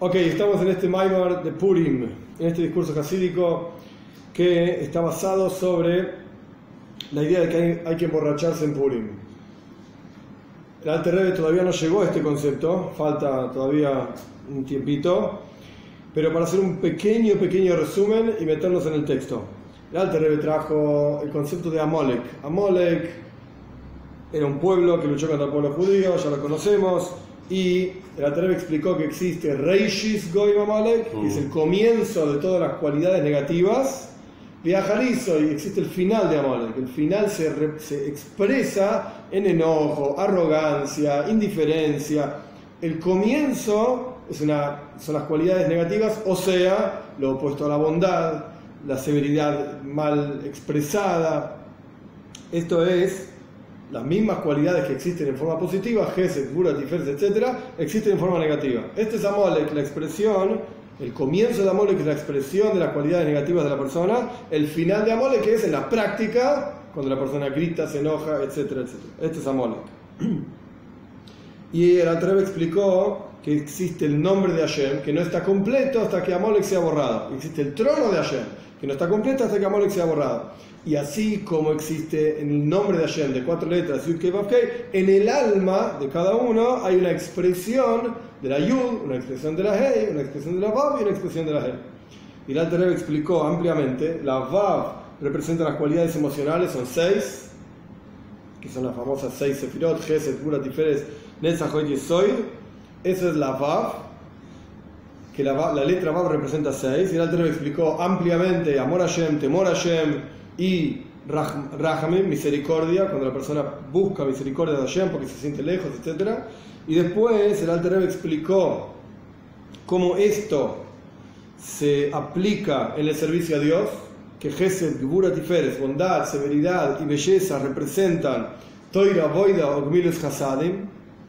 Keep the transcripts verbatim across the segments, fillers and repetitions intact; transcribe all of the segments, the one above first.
Ok, estamos en este Maimar de Purim, en este discurso hasídico que está basado sobre la idea de que hay, hay que emborracharse en Purim. El Alter Rebbe todavía no llegó a este concepto, falta todavía un tiempito, pero para hacer un pequeño, pequeño resumen y meternos en el texto. El Alter Rebbe trajo el concepto de Amalek. Amalek era un pueblo que luchó contra el pueblo judío, ya lo conocemos, y el Alter Rebbe explicó que existe Reishis Goyim Amalek, que es el comienzo de todas las cualidades negativas, Viajarizo, y existe el final de Amalek. El final se, re, se expresa en enojo, arrogancia, indiferencia. El comienzo es una, son las cualidades negativas, o sea, lo opuesto a la bondad, la severidad mal expresada. Esto es, las mismas cualidades que existen en forma positiva, Gesed, Gvura, Tiferet, etcétera, existen en forma negativa. Este es Amalek, la expresión, el comienzo de Amalek es la expresión de las cualidades negativas de la persona, el final de Amalek es en la práctica, cuando la persona grita, se enoja, etcétera, etcétera. Este es Amalek. Y el Alter Rebbe explicó que existe el nombre de Hashem, que no está completo hasta que Amalek sea borrado. Existe el trono de Hashem, que no está completo hasta que Amalek sea borrado. Y así como existe en el nombre de Hashem de cuatro letras, Yud Kei Vav Kei, en el alma de cada uno hay una expresión de la Yud, una expresión de la Hei, una expresión de la Vav y una expresión de la Hei. Y el Alter Rebbe explicó ampliamente, la Vav representa las cualidades emocionales, son seis, que son las famosas seis Sefirot, Gesed, Gvura, Tiferet, Netzach, Hod, Yesod. Esa es la Vav, que la, la letra Vav representa seis, y el Alter Rebbe explicó ampliamente Amor Hashem, Temor Hashem y Rahamim, misericordia, cuando la persona busca misericordia de Hashem porque se siente lejos, etcétera. Y después el Alter Rebbe explicó cómo esto se aplica en el servicio a Dios, que Gesed, Gvura, Tiferet, bondad, severidad y belleza representan Toira, Boida o Gmilus Hasadim,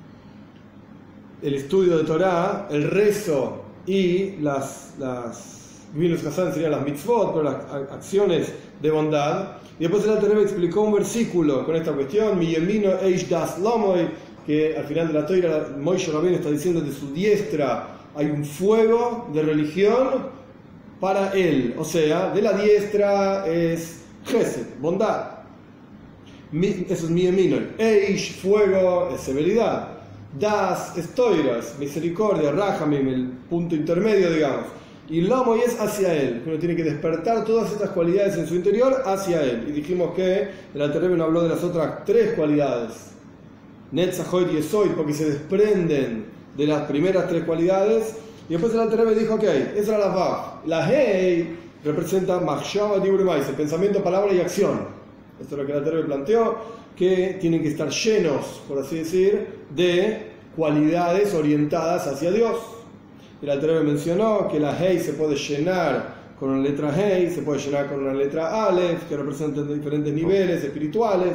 el estudio de Torah, el rezo y las, las Gmilus Hasadim serían las mitzvot, pero las acciones de bondad. Y después el Alter Rebbe explicó un versículo con esta cuestión, Mi yemino eish das lomoy, que al final de la Toira Moishe Rabbeinu está diciendo de su diestra hay un fuego de religión para él, o sea, de la diestra es Gesed, bondad, eso es mi yemino, eish, fuego, es severidad, das, es toiras, misericordia, Rahamim, el punto intermedio, digamos. Y Lomo es hacia él, que uno tiene que despertar todas estas cualidades en su interior hacia él. Y dijimos que el Alter Rebbe no habló de las otras tres cualidades, Netzach, Hod, Yesod, porque se desprenden de las primeras tres cualidades. Y después el Alter Rebbe dijo, ok, esa era la Vav. La Hei representa Machshava Dibur Ma'aseh, el pensamiento, palabra y acción. Esto es lo que el Alter Rebbe planteó, que tienen que estar llenos, por así decir, de cualidades orientadas hacia Dios. El Alter Rebbe mencionó que la Hei se puede llenar con una letra Hei, se puede llenar con una letra Aleph, que representan diferentes niveles espirituales.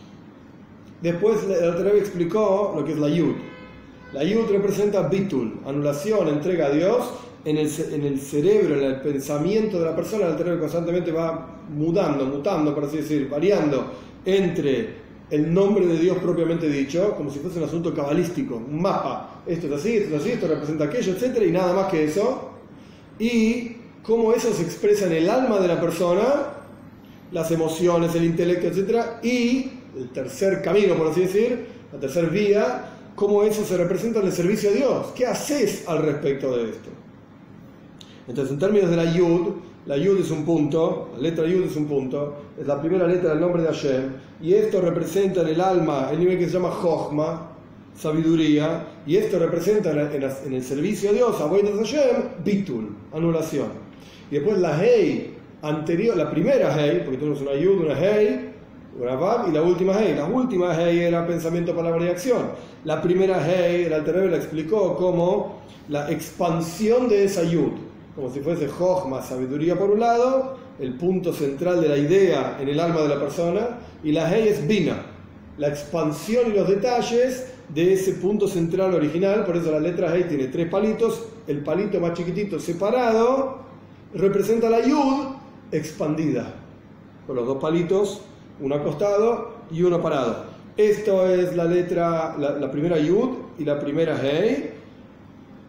Después el Alter Rebbe explicó lo que es la Yud. La Yud representa Bitul, anulación, entrega a Dios en el, en el cerebro, en el pensamiento de la persona. El Alter Rebbe constantemente va mudando, mutando, por así decir, variando entre el nombre de Dios propiamente dicho, como si fuese un asunto cabalístico, un mapa, esto es así, esto es así, esto representa aquello, etcétera, y nada más que eso, y cómo eso se expresa en el alma de la persona, las emociones, el intelecto, etcétera, y el tercer camino, por así decir, la tercera vía, cómo eso se representa en el servicio a Dios. ¿Qué haces al respecto de esto? Entonces, en términos de la Yud, la Yud es un punto, la letra Yud es un punto, es la primera letra del nombre de Hashem, y esto representa en el alma el nivel que se llama Jochma, sabiduría, y esto representa en, en, en el servicio a Dios, Avodas Hashem, Bitul, anulación. Y después la Hei anterior, la primera Hei, porque tenemos una Yud, una Hei, una Vav, y la última Hei. La última Hei era pensamiento, palabra y acción. La primera Hei, el Alter Rebbe la explicó como la expansión de esa Yud, como si fuese Jochma, sabiduría por un lado, el punto central de la idea en el alma de la persona, y la Hei es Bina, la expansión y los detalles de ese punto central original. Por eso la letra Hei tiene tres palitos, el palito más chiquitito separado representa la Yud expandida, con los dos palitos, uno acostado y uno parado. Esto es la letra, la, la primera Yud y la primera Hei.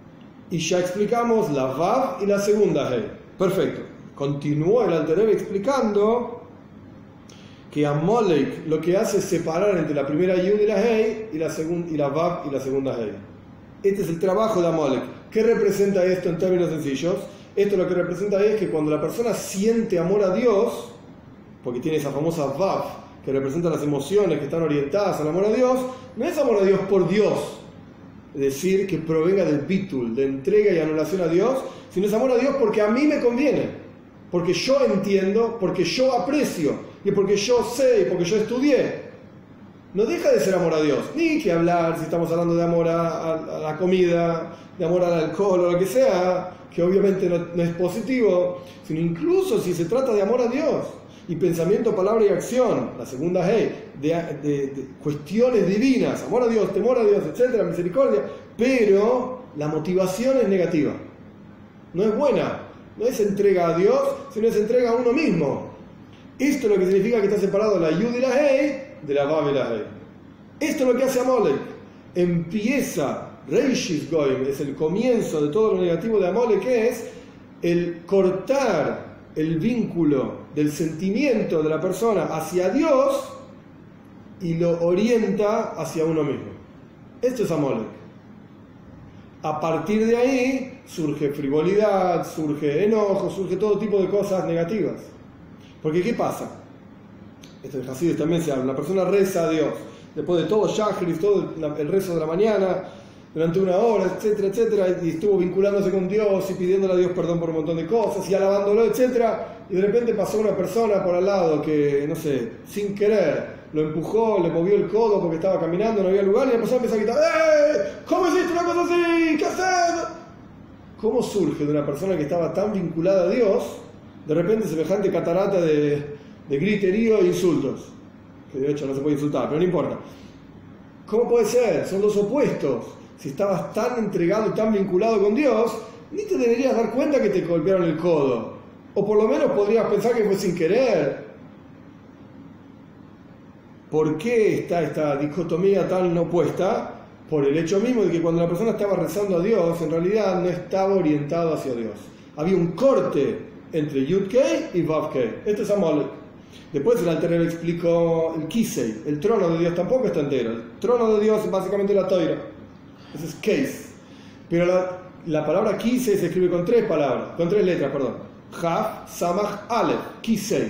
Y ya explicamos la Vav y la segunda Hei. Perfecto. Continuó el Alter Rebbe explicando que Amalek lo que hace es separar entre la primera Yud y la Hei y la, segun, y la Vav y la segunda Hei. Este es el trabajo de Amalek. ¿Qué representa esto en términos sencillos? Esto lo que representa es que cuando la persona siente amor a Dios, porque tiene esa famosa Vav, que representa las emociones que están orientadas al amor a Dios, no es amor a Dios por Dios, es decir, que provenga del bitul, de entrega y anulación a Dios, sino es amor a Dios porque a mí me conviene, porque yo entiendo, porque yo aprecio, y porque yo sé, y porque yo estudié. No deja de ser amor a Dios, ni que hablar si estamos hablando de amor a, a, a la comida, de amor al alcohol o lo que sea, que obviamente no, no es positivo, sino incluso si se trata de amor a Dios y pensamiento, palabra y acción, la segunda Hei, de, de, de cuestiones divinas, amor a Dios, temor a Dios, etcétera, misericordia, pero la motivación es negativa, no es buena, no es entrega a Dios, sino es entrega a uno mismo. Esto es lo que significa que está separado la Yud y la Hei de la Vav y la Hei. Esto es lo que hace Amalek. Empieza, Reishis Goim, es el comienzo de todo lo negativo de Amalek, que es el cortar el vínculo del sentimiento de la persona hacia Dios y lo orienta hacia uno mismo. Esto es Amalek. A partir de ahí surge frivolidad, surge enojo, surge todo tipo de cosas negativas. Porque ¿qué pasa? Esto en Hasidus también se habla. Una persona reza a Dios. Después de todo Shachris, todo el rezo de la mañana, durante una hora, etcétera, etcétera, y estuvo vinculándose con Dios y pidiéndole a Dios perdón por un montón de cosas y alabándolo, etcétera, y de repente pasó una persona por al lado que, no sé, sin querer, lo empujó, le movió el codo porque estaba caminando, no había lugar, y la persona empezó a gritar: ¡Eh! ¿Cómo hiciste una cosa así? ¿Qué haces? ¿Cómo surge de una persona que estaba tan vinculada a Dios, de repente semejante catarata de, de griterío e insultos? Que de hecho no se puede insultar, pero no importa. ¿Cómo puede ser? Son dos opuestos. Si estabas tan entregado y tan vinculado con Dios, ni te deberías dar cuenta que te golpearon el codo. O por lo menos podrías pensar que fue sin querer. ¿Por qué está esta dicotomía tan opuesta? Por el hecho mismo de que cuando la persona estaba rezando a Dios, en realidad no estaba orientado hacia Dios. Había un corte entre Yud-Kei y Vav-Kei. Esto es Amalek. Después el Alter Rebbe explicó el Kisei. El trono de Dios tampoco está entero. El trono de Dios es básicamente la Toira. Ese es Keis. Pero la, la palabra Kisei se escribe con tres palabras, con tres letras, perdón. Haf, Samach, Aleph. Kisei.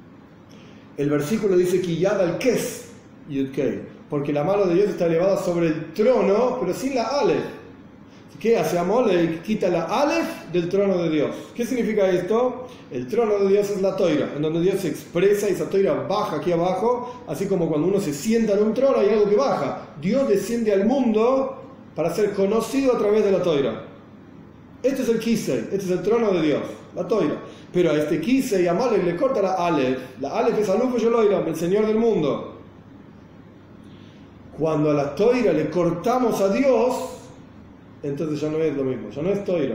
El versículo dice Kiyad al Kes, Yud-Kei, porque la mano de Dios está elevada sobre el trono, pero sin la Aleph. ¿Qué hace Amalek? Quita la Aleph del trono de Dios. ¿Qué significa esto? El trono de Dios es la toira, en donde Dios se expresa y esa toira baja aquí abajo, así como cuando uno se sienta en un trono hay algo que baja. Dios desciende al mundo para ser conocido a través de la toira. Este es el Kisei, este es el trono de Dios, la toira. Pero a este Kisei Amalek le corta la Aleph. La Aleph es Aluf Yoloiram, el Señor del mundo. Cuando a la toira le cortamos a Dios, entonces ya no es lo mismo, ya no es toira.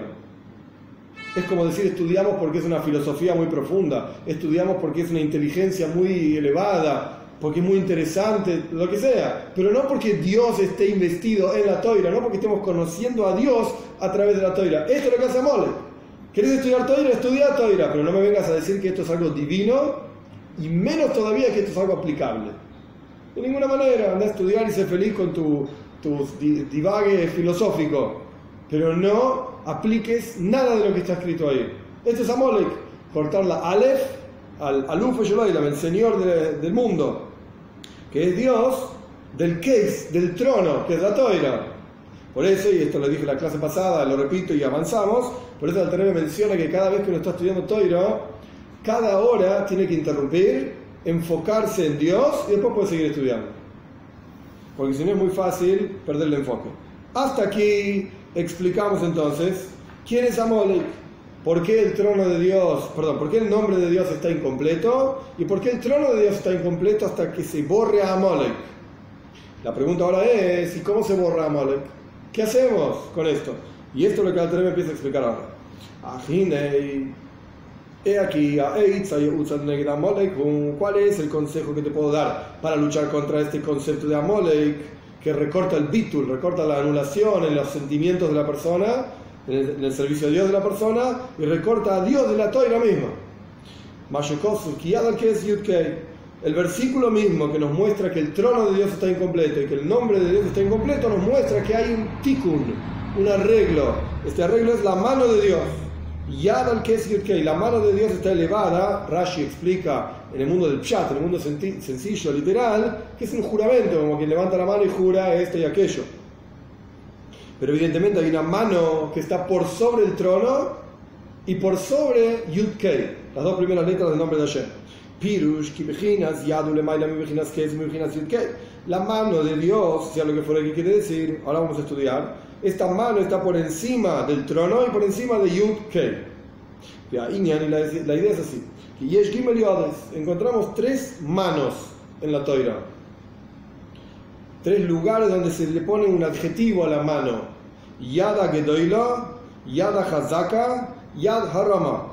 Es como decir estudiamos porque es una filosofía muy profunda, estudiamos porque es una inteligencia muy elevada, porque es muy interesante, lo que sea, pero no porque Dios esté investido en la toira, no porque estemos conociendo a Dios a través de la toira. Esto es lo que hace Amalek. ¿Querés estudiar toira? Estudia toira, pero no me vengas a decir que esto es algo divino y menos todavía que esto es algo aplicable. De ninguna manera. Anda a estudiar y ser feliz con tu tu divague filosófico, pero no apliques nada de lo que está escrito ahí. Esto es Amalek, cortar la Aleph al Aluf Yoloilam, el Señor de, del mundo, que es Dios, del Keis, del trono, que es la toira. Por eso, y esto lo dije en la clase pasada, lo repito y avanzamos, por eso el Alter Rebbe menciona que cada vez que uno está estudiando toira, cada hora tiene que interrumpir, enfocarse en Dios y después puede seguir estudiando. Porque si no es muy fácil perder el enfoque. Hasta aquí explicamos entonces quién es Amalek, por qué el trono de Dios, perdón, por qué el nombre de Dios está incompleto y por qué el trono de Dios está incompleto hasta que se borre a Amalek. La pregunta ahora es, ¿y cómo se borra Amalek? ¿Qué hacemos con esto? Y esto es lo que el Alter Rebbe empieza a explicar ahora. Ahinei. He aquí, ¿cuál es el consejo que te puedo dar para luchar contra este concepto de Amalek que recorta el bitul, recorta la anulación en los sentimientos de la persona en el, en el servicio a Dios de la persona y recorta a Dios de la Toira misma. El versículo mismo que nos muestra que el trono de Dios está incompleto y que el nombre de Dios está incompleto nos muestra que hay un tikkun, un arreglo. Este arreglo es la mano de Dios. Yad al Kes Yudkei, la mano de Dios está elevada. Rashi explica en el mundo del Pshat, en el mundo sencillo, literal, que es un juramento, como quien levanta la mano y jura esto y aquello. Pero evidentemente hay una mano que está por sobre el trono y por sobre Yudkei, las dos primeras letras del nombre de Hashem. Pirush, Kibejinas, Yadule Maila Mibejinas, Kes Mibejinas Yudkei. La mano de Dios, sea lo que fuera que quiere decir, ahora vamos a estudiar. Esta mano está por encima del trono y por encima de Yud-Kei. La idea es así: que Yesh Gimel Yodes, encontramos tres manos en la Toira. Tres lugares donde se le pone un adjetivo a la mano: Yada Gedoila, Yada Hazaka, Yad Harama.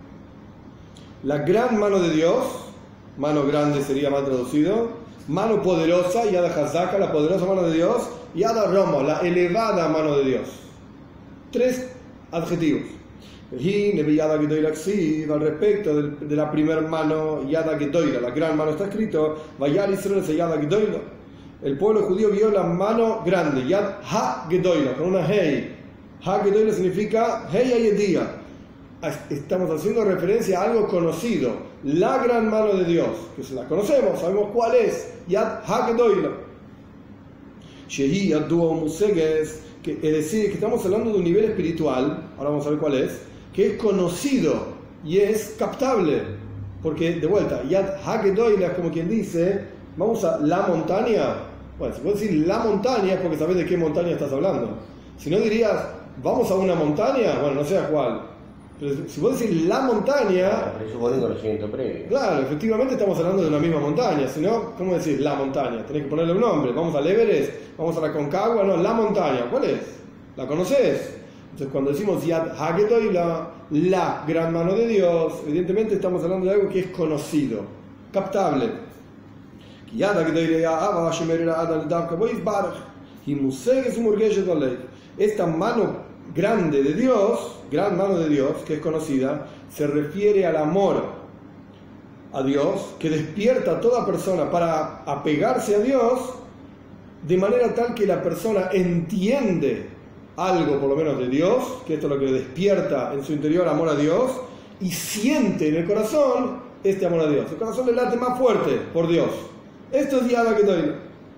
La gran mano de Dios, mano grande sería más traducido, mano poderosa, Yada Hazaka, la poderosa mano de Dios, Yada Rama, la elevada mano de Dios. Tres adjetivos. Y Yada Gedoila al respecto de, de la primera mano, Yada Gedoila, la gran mano, está escrito: Vayar Israel se Yada Gedoila. El pueblo judío vio la mano grande, Yad Ha Gedoila, con una Hei. Ha Gedoila significa Hei Ayedía. Estamos haciendo referencia a algo conocido, la gran mano de Dios, que se la conocemos, sabemos cuál es, Yad Ha Gedoila. Shehi Yad Duo Museges, que es decir, que estamos hablando de un nivel espiritual, ahora vamos a ver cuál es, que es conocido y es captable, porque de vuelta, Yad Ha Gedoila es como quien dice, vamos a la montaña. Bueno, si puedes decir la montaña es porque sabes de qué montaña estás hablando. Si no dirías, vamos a una montaña, bueno, no sé a cuál. Pero si vos decís la montaña, presupone conocimiento previo. Claro, efectivamente estamos hablando de una misma montaña. Si no, ¿cómo decir la montaña? Tenés que ponerle un nombre. Vamos al Everest, vamos a la Concagua, no, la montaña. ¿Cuál es? ¿La conoces? Entonces, cuando decimos Yad Ha Gedoila, la gran mano de Dios, evidentemente estamos hablando de algo que es conocido, captable. Esta mano grande de Dios, gran mano de Dios, que es conocida, se refiere al amor a Dios, que despierta a toda persona para apegarse a Dios, de manera tal que la persona entiende algo, por lo menos de Dios, que esto es lo que le despierta en su interior amor a Dios, y siente en el corazón este amor a Dios. El corazón le late más fuerte por Dios. Esto es Yada Gedoila.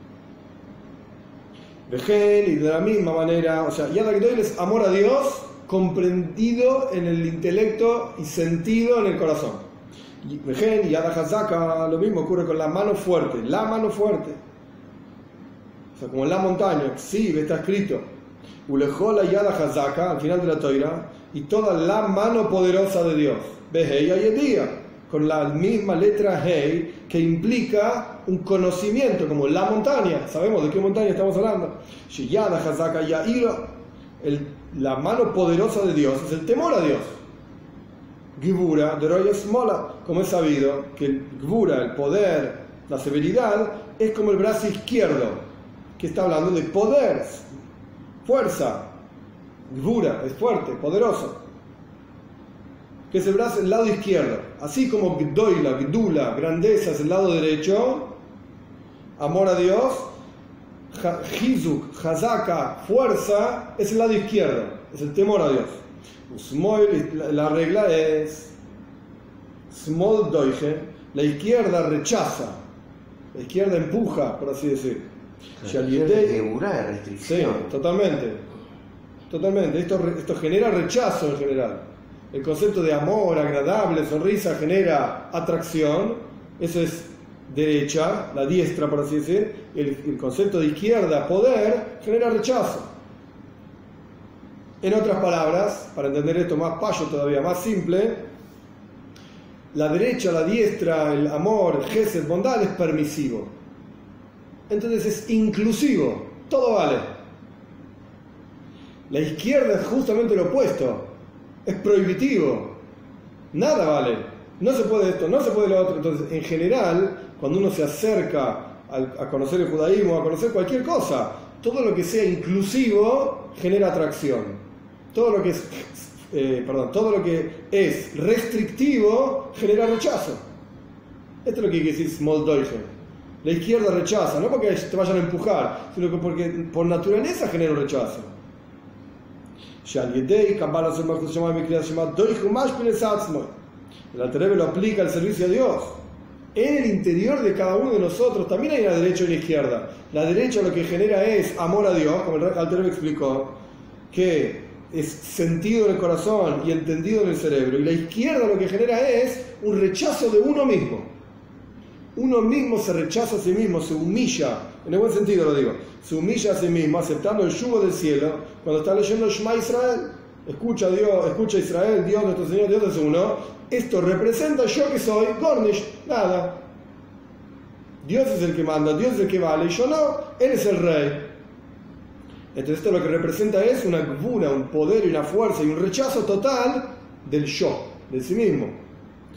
Y de la misma manera, o sea, Yada Gedoila es amor a Dios comprendido en el intelecto y sentido en el corazón. Y Yada Hazaka, lo mismo ocurre con la mano fuerte, la mano fuerte. O sea, como en la montaña, sí, está escrito: Ulejola Yada Hazaka, al final de la Toira, y toda la mano poderosa de Dios. Behei Ayedía, con la misma letra Hei, que implica un conocimiento, como la montaña. Sabemos de qué montaña estamos hablando. Yada Hazaka Yaira, la mano poderosa de Dios es el temor a Dios. Gvura de Royes Mola, como es sabido que el Gvura, el poder, la severidad, es como el brazo izquierdo, que está hablando de poder, fuerza. Gvura es fuerte, poderoso, que es el brazo, el lado izquierdo. Así como Gdoila, Gdula, grandeza es el lado derecho, amor a Dios, Hizuk, Hazaka, fuerza, es el lado izquierdo, es el temor a Dios. La regla es Small Doige, la izquierda rechaza, la izquierda empuja, por así decir. De restricción. Sí, totalmente. Totalmente. Esto, esto genera rechazo en general. El concepto de amor, agradable, sonrisa genera atracción. Eso es derecha, la diestra, por así decir. El, el concepto de izquierda, poder, genera rechazo. En otras palabras, para entender esto más payo todavía, más simple, la derecha, la diestra, el amor, el gesed, bondad es permisivo. Entonces es inclusivo, todo vale. La izquierda es justamente lo opuesto, es prohibitivo, nada vale, no se puede esto, no se puede lo otro. Entonces, en general, cuando uno se acerca a conocer el judaísmo, a conocer cualquier cosa, todo lo que sea inclusivo genera atracción. todo lo que es, eh, perdón, todo lo que es restrictivo genera rechazo. Esto es lo que quiere decir Small Deutsche. La izquierda rechaza, no porque te vayan a empujar, sino que porque por naturaleza genera un rechazo. El Alter Rebbe lo aplica al servicio a Dios. En el interior de cada uno de nosotros también hay una derecha y una izquierda. La derecha lo que genera es amor a Dios, como el Alter Rebbe explicó, que es sentido en el corazón y entendido en el cerebro. Y la izquierda lo que genera es un rechazo de uno mismo. Uno mismo se rechaza a sí mismo, se humilla, en el buen sentido lo digo, se humilla a sí mismo, aceptando el yugo del cielo, cuando está leyendo Shema Israel, escucha a Dios, escucha a Israel, Dios nuestro Señor, Dios es uno, esto representa yo que soy Gornish, nada. Dios es el que manda, Dios es el que vale, y yo no, Él es el rey. Entonces esto lo que representa es una gvura, un poder y una fuerza y un rechazo total del yo, de sí mismo.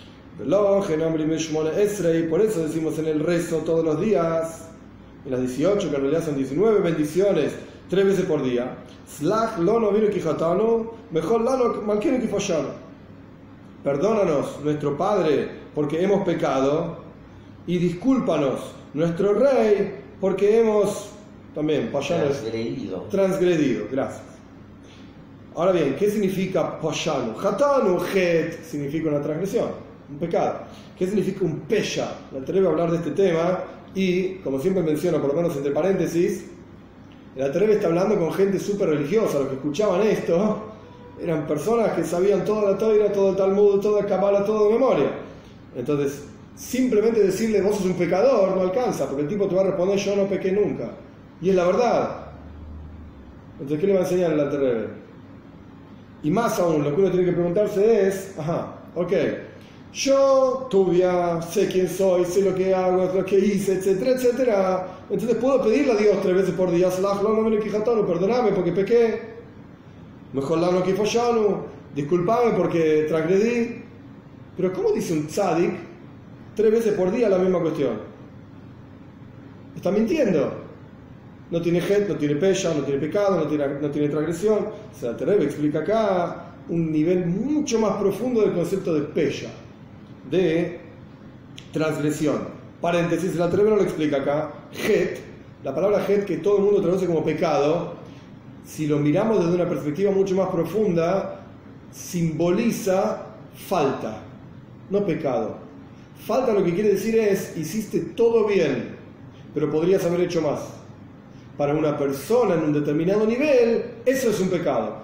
Por eso decimos en el rezo todos los días, en las dieciocho, que en realidad son diecinueve bendiciones, tres veces por día. Slach lono vino kijatanu, mejor lano malkinu kifashanu. Perdónanos, nuestro Padre, porque hemos pecado, y discúlpanos, nuestro Rey, porque hemos también transgredido. transgredido. Gracias. Ahora bien, ¿qué significa pashanu? Hatanu, het, significa una transgresión. Un pecado. ¿Qué significa un pesha? Me atrevo a hablar de este tema y, como siempre menciono, por lo menos entre paréntesis, el Alter está hablando con gente súper religiosa. Los que escuchaban esto eran personas que sabían toda la Torah, todo el Talmud, toda la Kabbalah, todo de memoria. Entonces, simplemente decirle vos sos un pecador no alcanza, porque el tipo te va a responder yo no pequé nunca. Y es la verdad. Entonces, ¿qué le va a enseñar el Alter? Y más aún, lo que uno tiene que preguntarse es, ajá, ok, yo, Tubia, sé quién soy, sé lo que hago, lo que hice, etcétera, etcétera. Entonces puedo pedirle a Dios tres veces por día, perdóname porque pequé, mejor la no kifashanu, disculpame porque transgredí. Pero ¿cómo dice un tzadik tres veces por día la misma cuestión? Está mintiendo. No tiene het, no tiene pesha, no tiene pecado, no tiene, no tiene transgresión. O sea, Terebe explica acá un nivel mucho más profundo del concepto de pesha, de transgresión. Paréntesis, el Alter Rebbe no lo explica acá. Het, la palabra het que todo el mundo traduce como pecado, si lo miramos desde una perspectiva mucho más profunda, simboliza falta, no pecado. Falta lo que quiere decir es, hiciste todo bien, pero podrías haber hecho más. Para una persona en un determinado nivel, eso es un pecado.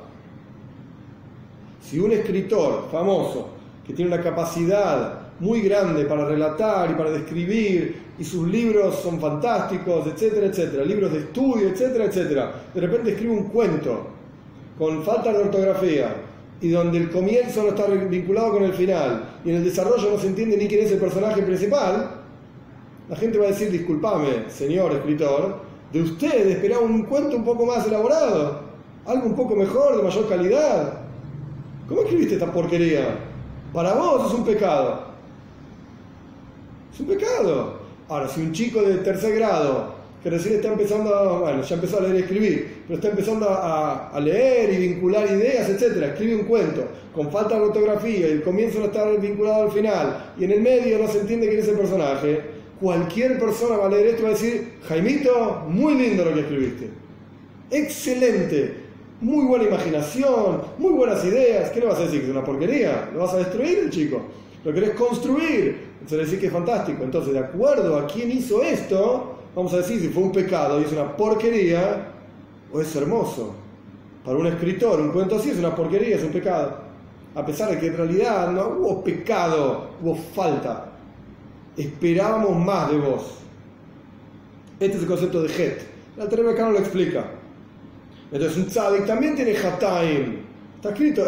Si un escritor famoso, que tiene una capacidad muy grande para relatar y para describir, y sus libros son fantásticos, etcétera, etcétera, libros de estudio, etcétera, etcétera, de repente escribe un cuento con falta de ortografía, y donde el comienzo no está vinculado con el final, y en el desarrollo no se entiende ni quién es el personaje principal, la gente va a decir, disculpame, señor escritor, de usted esperaba un cuento un poco más elaborado, algo un poco mejor, de mayor calidad. ¿Cómo escribiste esta porquería? Para vos es un pecado. Es un pecado. Ahora, si un chico de tercer grado, que recién está empezando, a, bueno, ya empezó a leer y escribir, pero está empezando a, a leer y vincular ideas, etcétera, escribe un cuento con falta de ortografía y el comienzo no está vinculado al final, y en el medio no se entiende quién es el personaje, cualquier persona va a leer esto y va a decir, Jaimito, muy lindo lo que escribiste. Excelente. Muy buena imaginación, muy buenas ideas. ¿Qué le vas a decir? ¿Que es una porquería? ¿Lo vas a destruir el chico? ¿Lo querés construir? Entonces le decís que es fantástico. Entonces, de acuerdo a quién hizo esto, vamos a decir si fue un pecado y es una porquería, o es hermoso. Para un escritor, un cuento así es una porquería, es un pecado. A pesar de que en realidad no hubo pecado, hubo falta. Esperábamos más de vos. Este es el concepto de het. El Alter Rebbe acá no lo explica. Entonces un tzadik también tiene hataim. Está escrito,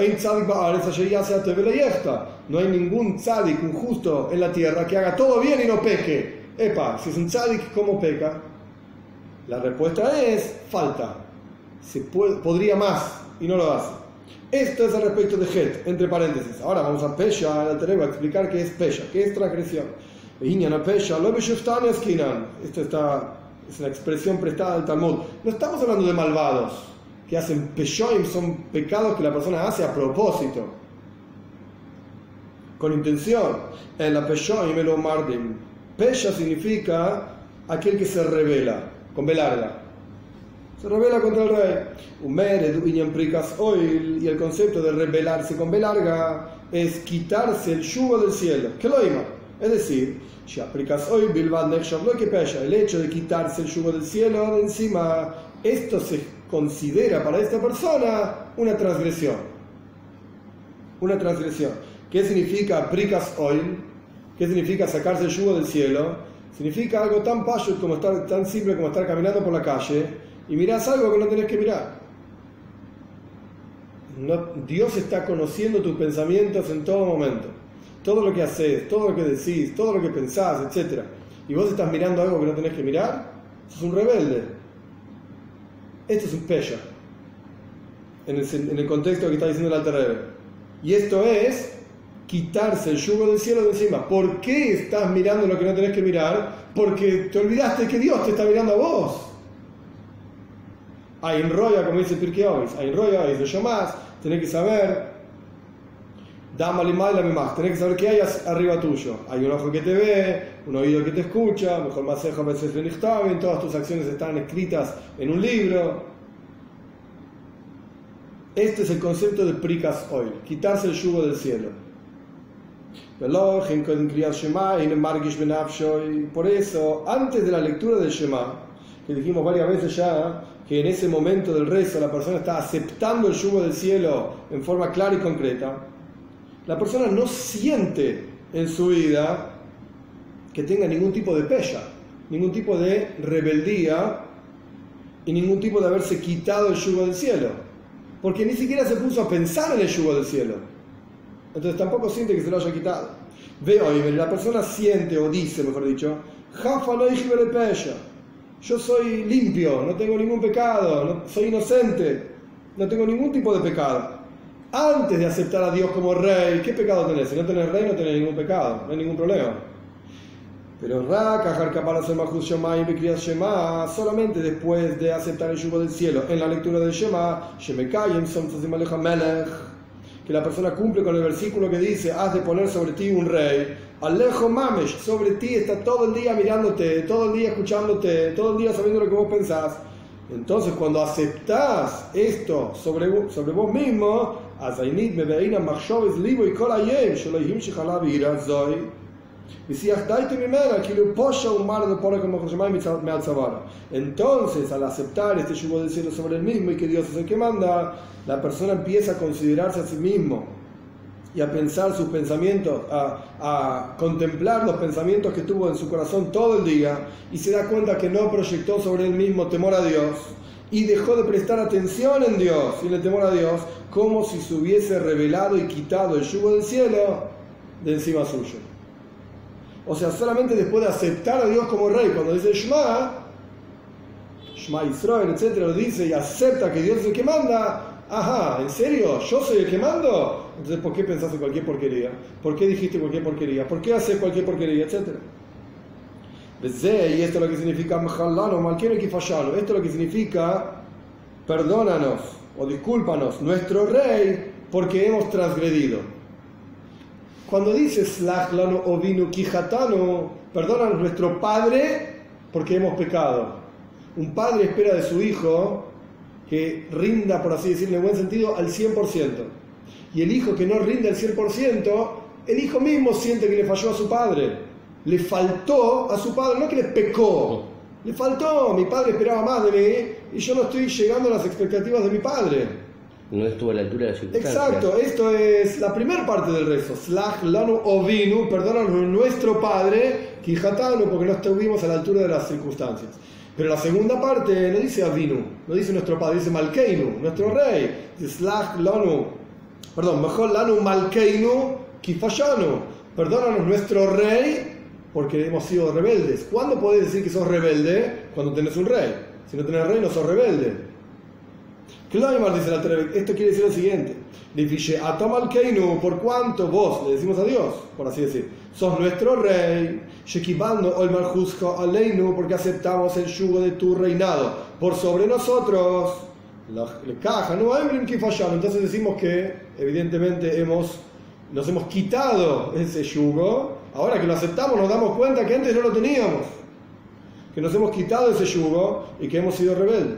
no hay ningún tzadik, un justo en la tierra que haga todo bien y no peque. Epa, si es un tzadik, ¿cómo peca? La respuesta es falta. Se puede, podría más y no lo hace. Esto es al respecto de het, entre paréntesis. Ahora vamos a pesha, el Alter Rebbe a explicar qué es pesha, qué es transgresión. Esto está, es una expresión prestada al Talmud. No estamos hablando de malvados. que hacen peshoim, son pecados que la persona hace a propósito, con intención. En la peshoim el omardim. Pesha significa aquel que se revela, con B larga. Se revela contra el rey. Umer, Eduinyan Prikas Oil, y el concepto de rebelarse con B larga es quitarse el yugo del cielo. ¿Qué lo ima? Es decir, el hecho de quitarse el yugo del cielo de encima, esto se considera para esta persona una transgresión. Una transgresión. ¿Qué significa Prikas Oil? ¿Qué significa sacarse el yugo del cielo? Significa algo tan pashut como estar, tan simple como estar caminando por la calle y mirás algo que no tenés que mirar. No, Dios está conociendo tus pensamientos en todo momento. Todo lo que haces, todo lo que decís, todo lo que pensás, etcétera. Y vos estás mirando algo que no tenés que mirar, sos un rebelde. Esto es un pesha, en el, en el contexto que está diciendo el Alter Rebbe. Y esto es quitarse el yugo del cielo de encima. ¿Por qué estás mirando lo que no tenés que mirar? Porque te olvidaste que Dios te está mirando a vos. Hay enrolla, como dice Pirkei Avos, hay enrolla, dice yo más, tenés que saber. Tenés que saber qué hay arriba tuyo. Hay un ojo que te ve, un oído que te escucha, mejor más a veces en todas tus acciones están escritas en un libro. Este es el concepto de Prikas Oil, quitarse el yugo del cielo. Por eso, antes de la lectura del Shema, que dijimos varias veces ya, que en ese momento del rezo la persona está aceptando el yugo del cielo en forma clara y concreta, la persona no siente en su vida que tenga ningún tipo de pesha, ningún tipo de rebeldía y ningún tipo de haberse quitado el yugo del cielo, porque ni siquiera se puso a pensar en el yugo del cielo, entonces tampoco siente que se lo haya quitado. Veo y la persona siente o dice, mejor dicho, yo soy limpio, no tengo ningún pecado, no, soy inocente, no tengo ningún tipo de pecado. Antes de aceptar a Dios como rey, ¿qué pecado tenés? Si no tenés rey, no tenés ningún pecado, no hay ningún problema. Pero solamente después de aceptar el yugo del cielo, en la lectura del Shema, que la persona cumple con el versículo que dice, has de poner sobre ti un rey, Alejo Mamesh, sobre ti está todo el día mirándote, todo el día escuchándote, todo el día sabiendo lo que vos pensás. Entonces cuando aceptás esto sobre, sobre vos mismo, entonces al aceptar este yugo del cielo sobre el mismo y que Dios es el que manda, la persona empieza a considerarse a sí mismo y a pensar sus pensamientos, a, a contemplar los pensamientos que tuvo en su corazón todo el día, y se da cuenta que no proyectó sobre él mismo temor a Dios y dejó de prestar atención en Dios y en el temor a Dios, como si se hubiese revelado y quitado el yugo del cielo de encima suyo. O sea, solamente después de aceptar a Dios como rey, cuando dice Shema, Shema Israel, etcétera, lo dice y acepta que Dios es el que manda. Ajá, ¿en serio? ¿Yo soy el que mando? Entonces, ¿por qué pensás en cualquier porquería? ¿Por qué dijiste cualquier porquería? ¿Por qué haces cualquier porquería? Etcétera. Y esto es lo que significa esto es lo que significa perdónanos o discúlpanos, nuestro rey, porque hemos transgredido. Cuando dice Slach lanu ovinu kijatanu, perdónanos nuestro padre porque hemos pecado. Un padre espera de su hijo que rinda, por así decirlo, en buen sentido, al cien por ciento. Y el hijo que no rinde al cien por ciento, el hijo mismo siente que le falló a su padre. Le faltó a su padre, no que le pecó. Le faltó, mi padre esperaba más de mí y yo no estoy llegando a las expectativas de mi padre. No estuvo a la altura de las circunstancias. Exacto, esto es la primera parte del rezo. Slach lanu ovinu, perdónanos nuestro padre, kijatanu, porque no estuvimos a la altura de las circunstancias. Pero la segunda parte no dice Avinu, no dice nuestro padre, dice Malkeinu, nuestro rey. Dice Slach lanu, perdón, mejor lanu Malkeinu kifashanu, perdónanos nuestro rey porque hemos sido rebeldes. ¿Cuándo podés decir que sos rebelde? Cuando tenés un rey. Si no tenés rey, no sos rebelde. Kloimar dice la Torah, esto quiere decir lo siguiente: por cuanto vos, le decimos a Dios, por así decir, sos nuestro rey, porque aceptamos el yugo de tu reinado por sobre nosotros. le caja, no hay que fallar. Entonces decimos que evidentemente hemos, nos hemos quitado ese yugo. Ahora que lo aceptamos nos damos cuenta que antes no lo teníamos, que nos hemos quitado ese yugo y que hemos sido rebeldes.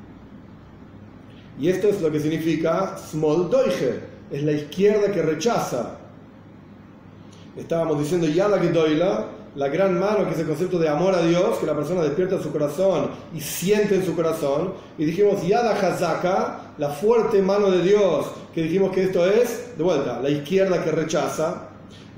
Y esto es lo que significa small doige, es la izquierda que rechaza. Estábamos diciendo yada que doila, la gran mano, que es el concepto de amor a Dios, que la persona despierta en su corazón y siente en su corazón. Y dijimos yada hazaka, la fuerte mano de Dios, que dijimos que esto es, de vuelta, la izquierda que rechaza. Y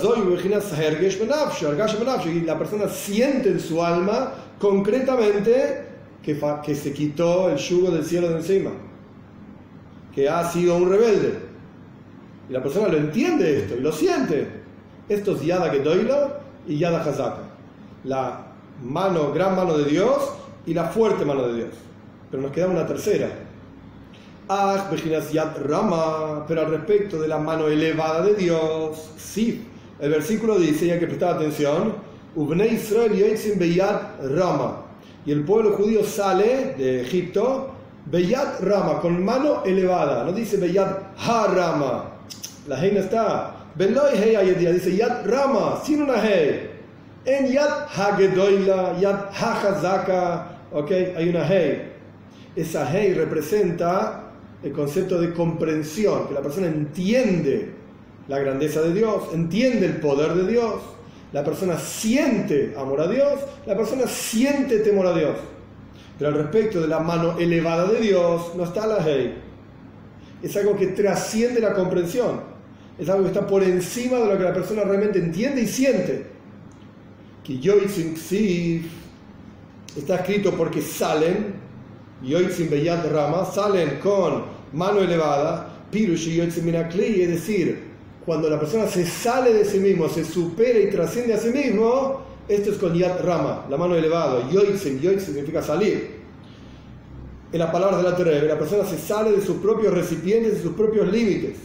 la persona siente en su alma concretamente que, que se quitó el yugo del cielo de encima, que ha sido un rebelde. Y la persona lo entiende esto y lo siente. Esto es yada que doila y yada hazaka, la mano, gran mano de Dios y la fuerte mano de Dios. Pero nos queda una tercera. Ah, yad rama, pero al respecto de la mano elevada de Dios, sí, el versículo dice, y hay que prestar atención, Ubnei Israel yotzim beyad rama, y el pueblo judío sale de Egipto beyad rama, con mano elevada. No dice beyad ha rama, la hey no está, Beloi hey ayedía, dice yad rama, sin una hey. En yad hagedoila, yad hachazaka, ok, hay una hey. Esa hey representa el concepto de comprensión, que la persona entiende la grandeza de Dios, entiende el poder de Dios, la persona siente amor a Dios, la persona siente temor a Dios. Pero al respecto de la mano elevada de Dios, no está la hey. Es algo que trasciende la comprensión, es algo que está por encima de lo que la persona realmente entiende y siente. Que yoitzim ksiv está escrito porque salen, yoitzim beyad rama, salen con mano elevada, pirush yoitzim min hakli, es decir, cuando la persona se sale de sí mismo, se supera y trasciende a sí mismo, esto es con yad rama, la mano elevada. Yoitzim, yoitzim significa salir. En las palabras de la Torah, la persona se sale de sus propios recipientes, de sus propios límites,